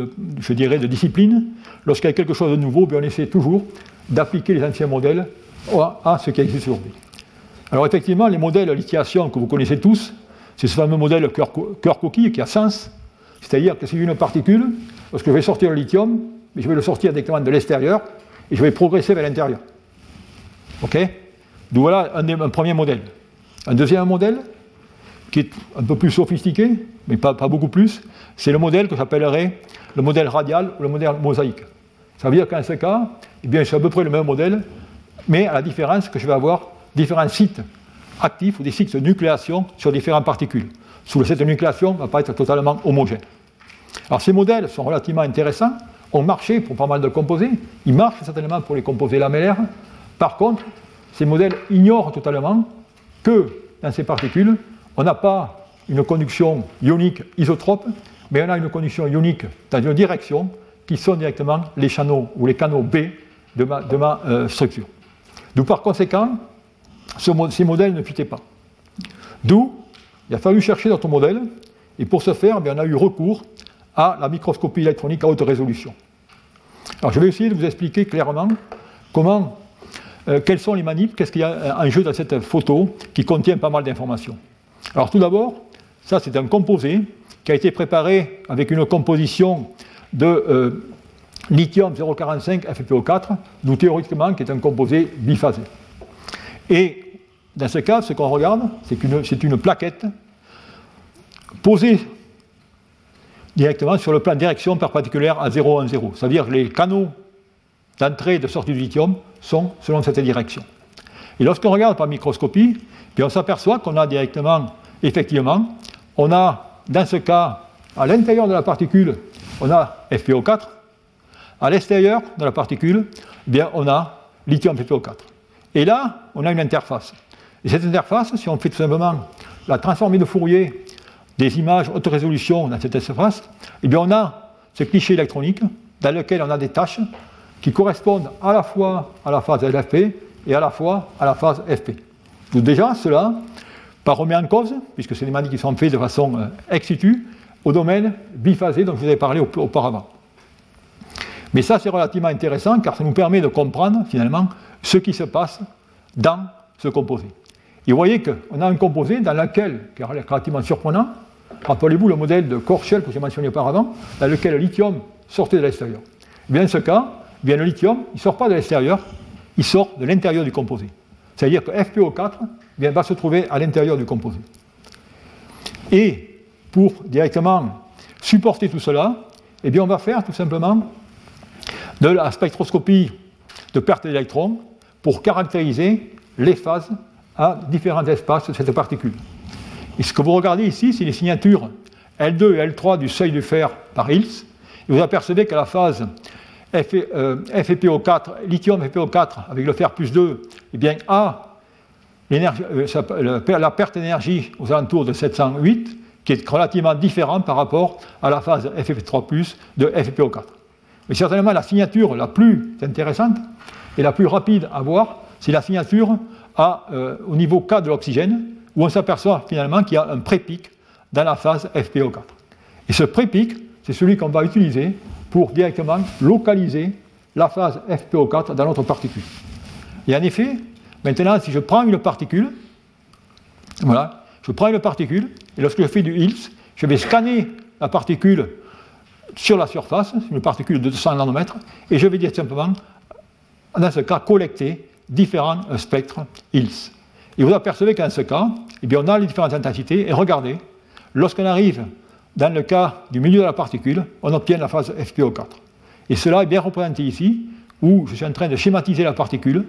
de disciplines, lorsqu'il y a quelque chose de nouveau, on essaie toujours d'appliquer les anciens modèles à ce qui existe aujourd'hui. Alors effectivement, les modèles de lithiation que vous connaissez tous, c'est ce fameux modèle cœur-coquille qui a sens, c'est-à-dire que si j'ai une particule, lorsque je vais sortir le lithium, je vais le sortir directement de l'extérieur et je vais progresser vers l'intérieur. OK ? Donc voilà un premier modèle. Un deuxième modèle, qui est un peu plus sophistiqué, mais pas beaucoup plus, c'est le modèle que j'appellerais le modèle radial ou le modèle mosaïque. Ça veut dire qu'en ce cas, eh bien, c'est à peu près le même modèle, mais à la différence que je vais avoir différents sites actifs ou des sites de nucléation sur différentes particules. Cette nucléation ne va pas être totalement homogène. Alors ces modèles sont relativement intéressants, ont marché pour pas mal de composés, ils marchent certainement pour les composés lamellaires. Par contre, ces modèles ignorent totalement que dans ces particules, on n'a pas une conduction ionique isotrope, mais on a une conduction ionique dans une direction qui sont directement les canaux ou les canaux B de ma structure. Donc par conséquent, ces modèles ne fitaient pas. D'où, il a fallu chercher d'autres modèles, et pour ce faire, on a eu recours à la microscopie électronique à haute résolution. Alors je vais essayer de vous expliquer clairement quelles sont les manips, qu'est-ce qu'il y a en jeu dans cette photo qui contient pas mal d'informations. Alors tout d'abord, ça c'est un composé qui a été préparé avec une composition de lithium 0,45 FePO4, d'où théoriquement qui est un composé biphasé. Et dans ce cas, ce qu'on regarde, c'est une plaquette posée directement sur le plan de direction perpendiculaire à 0,10. Ça veut dire que les canaux d'entrée et de sortie du lithium sont selon cette direction. Et lorsqu'on regarde par microscopie, on s'aperçoit qu'on a directement, effectivement, on a dans ce cas, à l'intérieur de la particule, on a FeO4, à l'extérieur de la particule, on a lithium FeO4. Et là, on a une interface. Et cette interface, si on fait tout simplement la transformée de Fourier des images haute résolution dans cette interface, on a ce cliché électronique dans lequel on a des tâches qui correspondent à la fois à la phase LFP et à la fois à la phase FP. Donc déjà, cela pas remis en cause, puisque c'est des manips qui sont faits de façon ex situ, au domaine biphasé dont je vous avais parlé auparavant. Mais ça, c'est relativement intéressant, car ça nous permet de comprendre, finalement, ce qui se passe dans ce composé. Et vous voyez qu'on a un composé dans lequel, qui est relativement surprenant, rappelez-vous le modèle de Korshel que j'ai mentionné auparavant, dans lequel le lithium sortait de l'extérieur. Et bien, dans ce cas, le lithium, il ne sort pas de l'extérieur, il sort de l'intérieur du composé. C'est-à-dire que FeO4 va se trouver à l'intérieur du composé. Et pour directement supporter tout cela, on va faire tout simplement de la spectroscopie de perte d'électrons pour caractériser les phases à différents espaces de cette particule. Et ce que vous regardez ici, c'est les signatures L2 et L3 du seuil du fer par Hills. Et vous apercevez qu'à la phase FePO4, lithium FePO4 avec le fer plus 2, a la perte d'énergie aux alentours de 708, qui est relativement différent par rapport à la phase Fe3+, de FePO4. Mais certainement, la signature la plus intéressante et la plus rapide à voir, c'est la signature au niveau K de l'oxygène, où on s'aperçoit finalement qu'il y a un pré-pic dans la phase FePO4. Et ce pré-pic, c'est celui qu'on va utiliser pour directement localiser la phase FePO4 dans notre particule. Et en effet, maintenant, si je prends une particule, et lorsque je fais du Hills, je vais scanner la particule sur la surface, une particule de 200 nanomètres, et je vais dire simplement dans ce cas, collecter différents spectres Hills. Et vous apercevez qu'en ce cas, eh bien, on a les différentes intensités, et regardez, lorsqu'on arrive dans le cas du milieu de la particule, on obtient la phase FPO4. Et cela est bien représenté ici, où je suis en train de schématiser la particule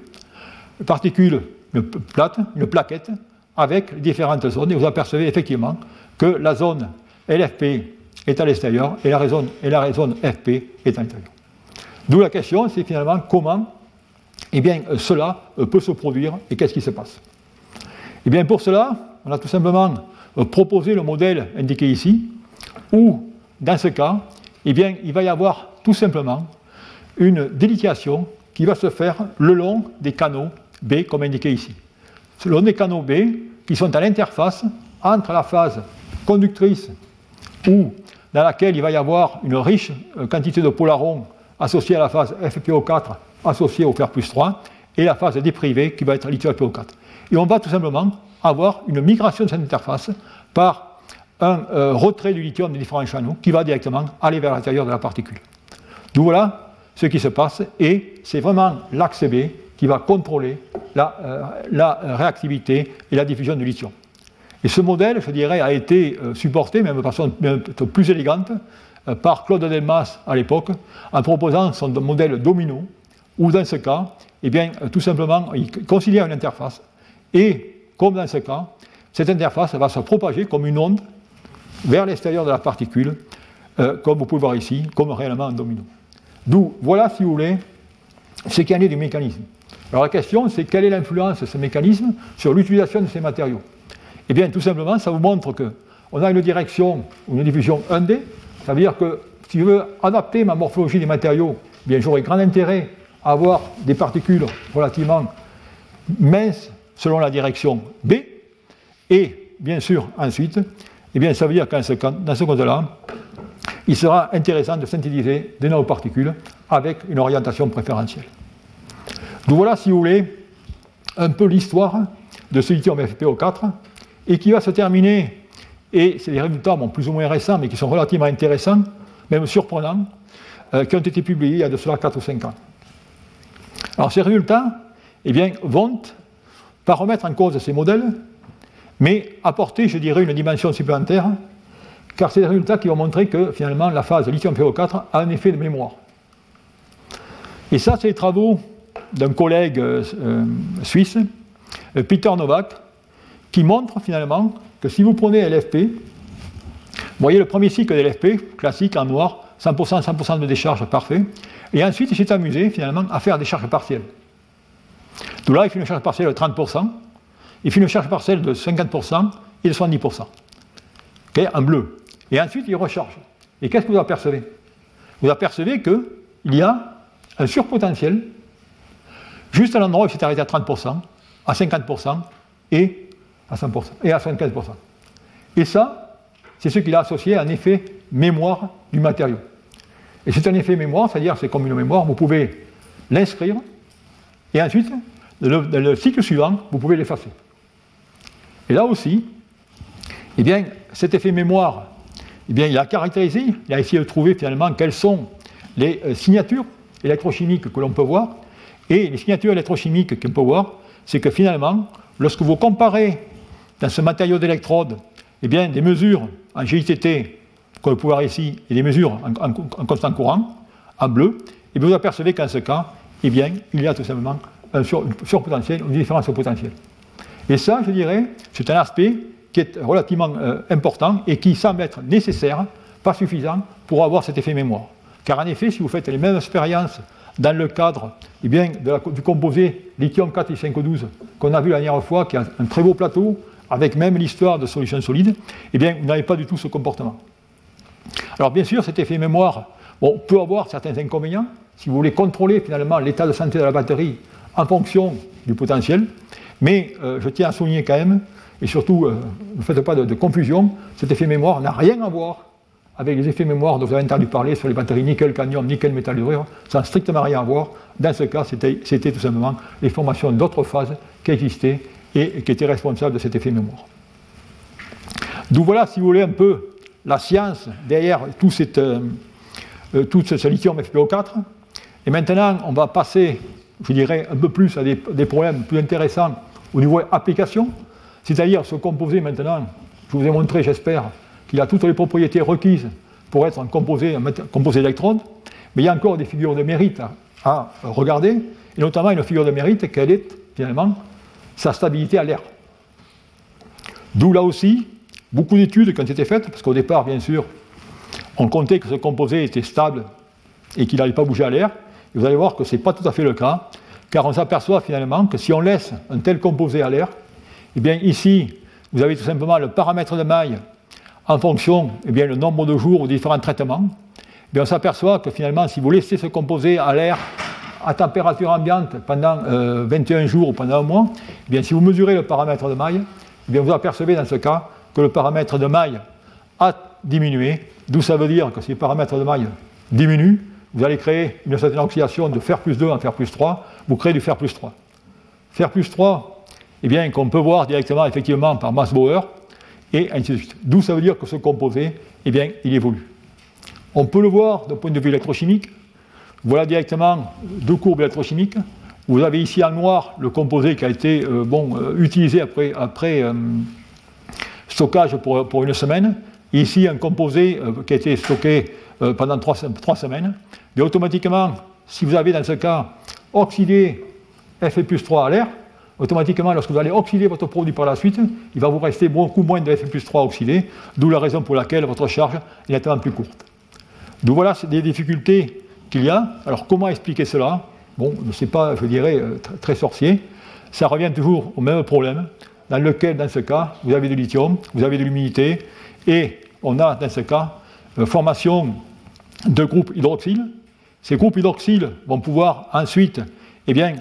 plate, une plaquette, avec les différentes zones, et vous apercevez effectivement que la zone LFP est à l'extérieur, et la zone FP est à l'intérieur. D'où la question, c'est finalement comment eh bien, cela peut se produire, et qu'est-ce qui se passe. Eh bien, pour cela, on a tout simplement proposé le modèle indiqué ici, où, dans ce cas, eh bien, il va y avoir tout simplement une délitation qui va se faire le long des canaux B, comme indiqué ici. Le long des canaux B, qui sont à l'interface entre la phase conductrice, ou dans laquelle il va y avoir une riche quantité de polarons associée à la phase FPO4, associée au fer plus 3, et la phase déprivée qui va être lithium FPO4. Et on va tout simplement avoir une migration de cette interface par un retrait du lithium des différents channels qui va directement aller vers l'intérieur de la particule. Donc voilà ce qui se passe, et c'est vraiment l'axe B qui va contrôler la réactivité et la diffusion du lithium. Et ce modèle, je dirais, a été supporté, même de façon plus élégante, par Claude Delmas à l'époque, en proposant son modèle domino, où dans ce cas, eh bien, tout simplement, il considère une interface, et comme dans ce cas, cette interface va se propager comme une onde vers l'extérieur de la particule, comme vous pouvez voir ici, comme réellement un domino. D'où, voilà, si vous voulez, ce qu'il y en est du mécanisme. Alors la question, c'est quelle est l'influence de ce mécanisme sur l'utilisation de ces matériaux? Eh bien, tout simplement, ça vous montre qu'on a une direction, une diffusion 1D, ça veut dire que si je veux adapter ma morphologie des matériaux, eh bien, j'aurai grand intérêt à avoir des particules relativement minces selon la direction B, et bien sûr, ensuite, eh bien, ça veut dire que dans ce cas-là, il sera intéressant de synthétiser des nanoparticules avec une orientation préférentielle. Donc voilà, si vous voulez, un peu l'histoire de ce lithium FPO4, et qui va se terminer, et c'est des résultats plus ou moins récents, mais qui sont relativement intéressants, même surprenants, qui ont été publiés il y a de cela 4 ou 5 ans. Alors ces résultats, eh bien, vont pas remettre en cause ces modèles, mais apporter, je dirais, une dimension supplémentaire, car c'est des résultats qui vont montrer que finalement la phase lithium FeO4 a un effet de mémoire. Et ça, c'est les travaux d'un collègue suisse, Peter Novak, qui montre finalement que si vous prenez LFP, vous voyez le premier cycle de LFP, classique en noir, 100% de décharge parfait, et ensuite il s'est amusé finalement à faire des charges partielles. Donc là, il fait une charge partielle de 30%, il fait une charge partielle de 50% et de 70%. Okay, en bleu. Et ensuite, il recharge. Et qu'est-ce que vous apercevez? Vous apercevez qu'il y a un surpotentiel juste à l'endroit où il s'est arrêté à 30%, à 50% et à 100%, et à 75%. Et ça, c'est ce qu'il a associé à un effet mémoire du matériau. Et c'est un effet mémoire, c'est-à-dire c'est comme une mémoire, vous pouvez l'inscrire, et ensuite, le cycle suivant, vous pouvez l'effacer. Et là aussi, eh bien, cet effet mémoire, eh bien, il a caractérisé, il a essayé de trouver finalement quelles sont les signatures électrochimiques que l'on peut voir. Et les signatures électrochimiques qu'on peut voir, c'est que finalement, lorsque vous comparez dans ce matériau d'électrode, eh bien, des mesures en GITT, qu'on peut voir ici, et des mesures en constant courant, en bleu, et vous apercevez qu'en ce cas, eh bien, il y a tout simplement un surpotentiel, une différence au potentiel. Et ça, je dirais, c'est un aspect qui est relativement important et qui semble être nécessaire, pas suffisant, pour avoir cet effet mémoire. Car en effet, si vous faites les mêmes expériences dans le cadre eh bien, du composé lithium 4I512 qu'on a vu la dernière fois, qui a un très beau plateau, avec même l'histoire de solutions solides, eh bien, vous n'avez pas du tout ce comportement. Alors bien sûr, cet effet mémoire peut avoir certains inconvénients, si vous voulez contrôler finalement l'état de santé de la batterie en fonction du potentiel, mais je tiens à souligner quand même, et surtout, ne faites pas de confusion, cet effet mémoire n'a rien à voir avec les effets mémoire dont vous avez entendu parler sur les batteries nickel-cadmium, nickel-métal-dur, ça n'a strictement rien à voir. Dans ce cas, c'était tout simplement les formations d'autres phases qui existaient et qui étaient responsables de cet effet mémoire. Donc voilà, si vous voulez, un peu la science derrière tout ce lithium FPO4. Et maintenant, on va passer je dirais, un peu plus à des problèmes plus intéressants au niveau application, c'est-à-dire ce composé maintenant, je vous ai montré, j'espère, qu'il a toutes les propriétés requises pour être un composé d'électrodes, mais il y a encore des figures de mérite à regarder, et notamment une figure de mérite, quelle est finalement sa stabilité à l'air. D'où là aussi, beaucoup d'études qui ont été faites, parce qu'au départ, bien sûr, on comptait que ce composé était stable et qu'il n'allait pas bouger à l'air. Et vous allez voir que ce n'est pas tout à fait le cas, car on s'aperçoit finalement que si on laisse un tel composé à l'air, eh bien ici, vous avez tout simplement le paramètre de maille en fonction du nombre de jours ou différents traitements. Eh bien, on s'aperçoit que finalement, si vous laissez ce composé à l'air à température ambiante pendant 21 jours ou pendant un mois, eh bien, si vous mesurez le paramètre de maille, eh bien, vous apercevez dans ce cas que le paramètre de maille a diminué, d'où ça veut dire que si le paramètre de maille diminue, vous allez créer une certaine oxydation de fer plus 2 en fer plus 3, vous créez du fer plus 3. Fer plus 3, eh bien, qu'on peut voir directement effectivement par masse Bauer, et ainsi de suite. D'où ça veut dire que ce composé, eh bien, il évolue. On peut le voir d'un point de vue électrochimique. Voilà directement deux courbes électrochimiques. Vous avez ici en noir le composé qui a été utilisé après stockage pour une semaine. Et ici, un composé qui a été stocké pendant 3 semaines. Mais automatiquement, si vous avez dans ce cas oxydé Fe plus 3 à l'air, automatiquement, lorsque vous allez oxyder votre produit par la suite, il va vous rester beaucoup moins de Fe plus 3 oxydé, d'où la raison pour laquelle votre charge est nettement plus courte. Donc voilà, c'est des difficultés qu'il y a. Alors comment expliquer cela? Bon, ce n'est pas, je dirais, très sorcier. Ça revient toujours au même problème, dans lequel, dans ce cas, vous avez du lithium, vous avez de l'humidité, et on a, dans ce cas, formation de groupes hydroxyles. Ces groupes hydroxyles vont pouvoir ensuite, eh bien,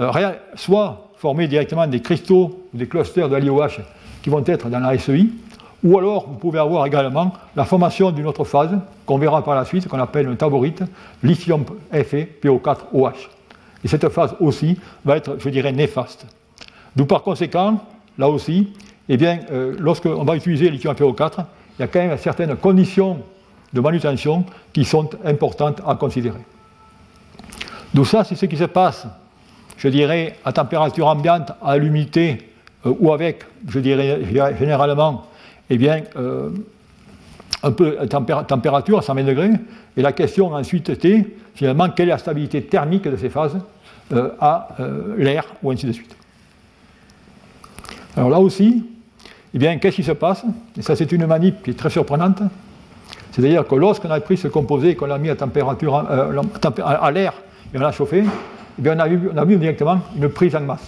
soit former directement des cristaux ou des clusters de LiOH qui vont être dans la SEI, ou alors vous pouvez avoir également la formation d'une autre phase qu'on verra par la suite, qu'on appelle une taborite, lithium Fe PO4OH. Et cette phase aussi va être, je dirais, néfaste. D'où par conséquent, là aussi, eh bien, lorsqu'on va utiliser le lithium PO4, il y a quand même certaines conditions de manutention qui sont importantes à considérer. Donc ça, c'est ce qui se passe, je dirais, à température ambiante, à l'humidité, ou avec, je dirais, généralement, eh bien, un peu température à 120 degrés. Et la question ensuite était, finalement, quelle est la stabilité thermique de ces phases à l'air, ou ainsi de suite. Alors là aussi, eh bien, qu'est-ce qui se passe? Et ça, c'est une manip qui est très surprenante. C'est-à-dire que lorsqu'on a pris ce composé et qu'on l'a mis à température à l'air et on l'a chauffé, eh bien, on a vu directement une prise en masse.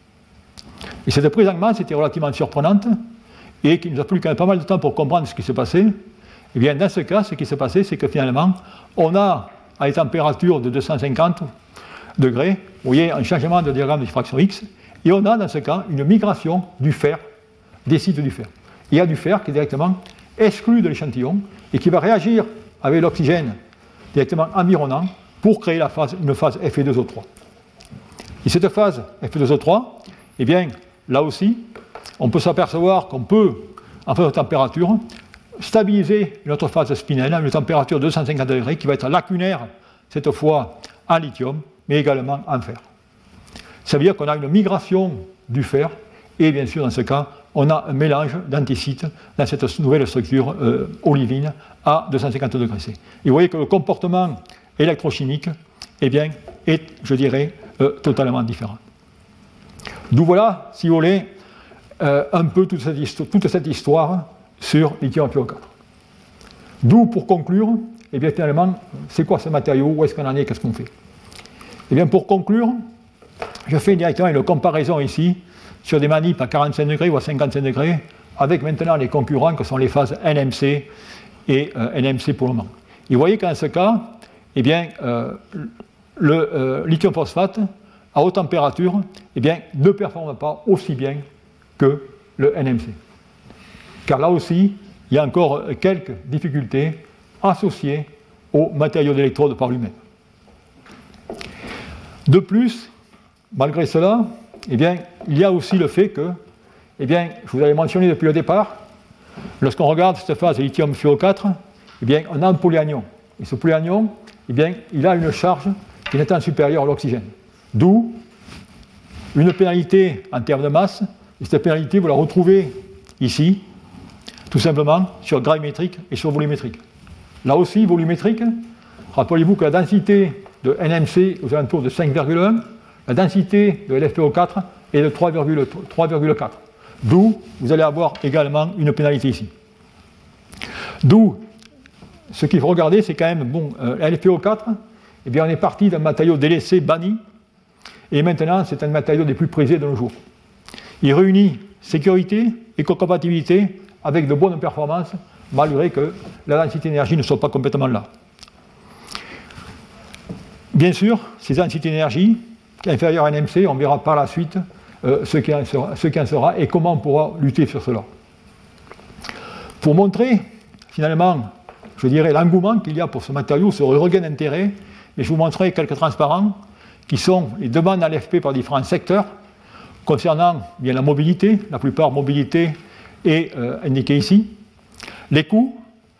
Et cette prise en masse était relativement surprenante et qu'il nous a fallu quand même pas mal de temps pour comprendre ce qui s'est passé. Eh bien, dans ce cas, ce qui s'est passé, c'est que finalement, on a, à des températures de 250 degrés, vous voyez, un changement de diagramme de diffraction X, et on a, dans ce cas, une migration du fer, des sites du fer. Il y a du fer qui est directement exclu de l'échantillon et qui va réagir avec l'oxygène directement environnant pour créer une phase Fe2O3. Et cette phase Fe2O3, eh bien, là aussi, on peut s'apercevoir qu'on peut, en phase de température, stabiliser notre phase spinelle à une température de 250 degrés qui va être lacunaire, cette fois en lithium, mais également en fer. Ça veut dire qu'on a une migration du fer, et bien sûr, dans ce cas, on a un mélange d'anticites dans cette nouvelle structure olivine à 250 degrés C. Et vous voyez que le comportement électrochimique, eh bien, est, je dirais, totalement différent. D'où voilà, si vous voulez, un peu toute cette histoire sur lithium PO4. D'où, pour conclure, eh bien, finalement, c'est quoi ce matériau? Où est-ce qu'on en est? Qu'est-ce qu'on fait? Eh bien, pour conclure, je fais directement une comparaison ici sur des manips à 45 degrés ou à 55 degrés, avec maintenant les concurrents que sont les phases NMC et NMC pour le moment. Et vous voyez qu'en ce cas, eh bien, le lithium phosphate, à haute température, eh bien, ne performe pas aussi bien que le NMC. Car là aussi, il y a encore quelques difficultés associées aux matériaux d'électrode par lui-même. De plus, malgré cela, eh bien, il y a aussi le fait que, eh bien, je vous avais mentionné depuis le départ, lorsqu'on regarde cette phase de lithium FiO4, eh bien, on a un polyanion. Et ce polyanion, eh bien, il a une charge qui est nettement supérieure à l'oxygène. D'où une pénalité en termes de masse, et cette pénalité, vous la retrouvez ici, tout simplement, sur gravimétrique et sur volumétrique. Là aussi, volumétrique, rappelez-vous que la densité de NMC est aux alentours de 5,1, la densité de LFPO4 est de 3,4. D'où vous allez avoir également une pénalité ici. D'où, ce qu'il faut regarder, c'est quand même, bon, LFPO4, eh bien, on est parti d'un matériau délaissé, banni, et maintenant, c'est un matériau des plus prisés de nos jours. Il réunit sécurité, éco-compatibilité, avec de bonnes performances, malgré que la densité d'énergie ne soit pas complètement là. Bien sûr, ces densités d'énergie, inférieures à NMC, on verra par la suite ce qu'il en sera et comment on pourra lutter sur cela. Pour montrer, finalement, je dirais, l'engouement qu'il y a pour ce matériau, ce regain d'intérêt, et je vous montrerai quelques transparents qui sont les demandes à l'AFP par différents secteurs, concernant bien la mobilité, la plupart mobilité est indiquée ici, les coûts,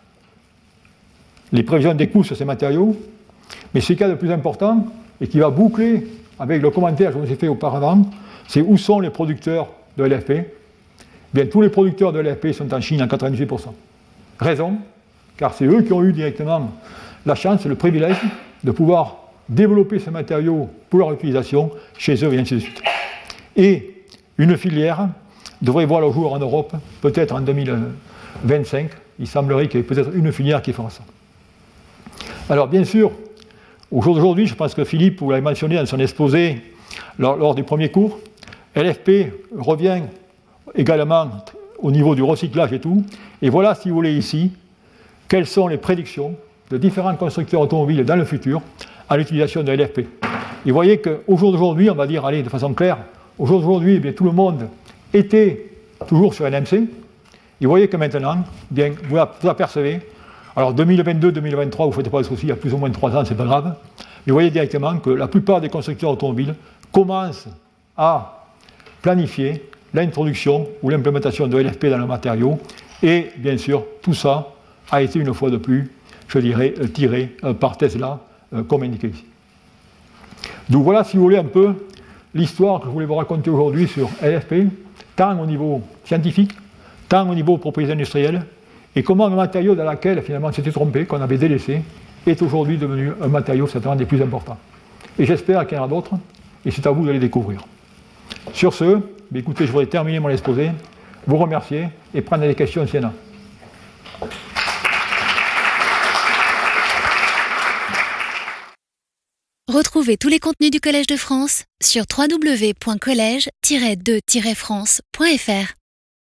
les prévisions des coûts sur ces matériaux, mais ce qu'il y a de plus important, et qui va boucler avec le commentaire que je vous ai fait auparavant, c'est où sont les producteurs de l'AFP. Bien, tous les producteurs de l'AFP sont en Chine à 98%. Raison, car c'est eux qui ont eu directement la chance, le privilège de pouvoir développer ce matériau pour leur utilisation chez eux et ainsi de suite. Et une filière devrait voir le jour en Europe, peut-être en 2025. Il semblerait qu'il y ait peut-être une filière qui fera ça. Alors, bien sûr, au jour d'aujourd'hui, je pense que Philippe, vous l'avez mentionné dans son exposé lors du premier cours, LFP revient également au niveau du recyclage et tout. Et voilà, si vous voulez, ici, quelles sont les prédictions de différents constructeurs automobiles dans le futur à l'utilisation de LFP. Et vous voyez qu'au jour d'aujourd'hui, on va dire, allez, de façon claire, au jour d'aujourd'hui, tout le monde était toujours sur NMC. Et vous voyez que maintenant, bien, vous apercevez, alors 2022-2023, vous ne faites pas de soucis, il y a plus ou moins de 3 ans, c'est pas grave, mais vous voyez directement que la plupart des constructeurs automobiles commencent à planifier l'introduction ou l'implémentation de LFP dans le matériau, et bien sûr, tout ça a été une fois de plus, je dirais, tiré par Tesla, comme indiqué ici. Donc voilà, si vous voulez, un peu l'histoire que je voulais vous raconter aujourd'hui sur LFP, tant au niveau scientifique, tant au niveau propriété industrielle, et comment un matériau dans lequel finalement on s'était trompé, qu'on avait délaissé, est aujourd'hui devenu un matériau certainement des plus importants. Et j'espère qu'il y en a d'autres, et c'est à vous de les découvrir. Sur ce, écoutez, je voudrais terminer mon exposé, vous remercier et prendre des questions s'il y en a. Retrouvez tous les contenus du Collège de France sur www.collège-2-france.fr.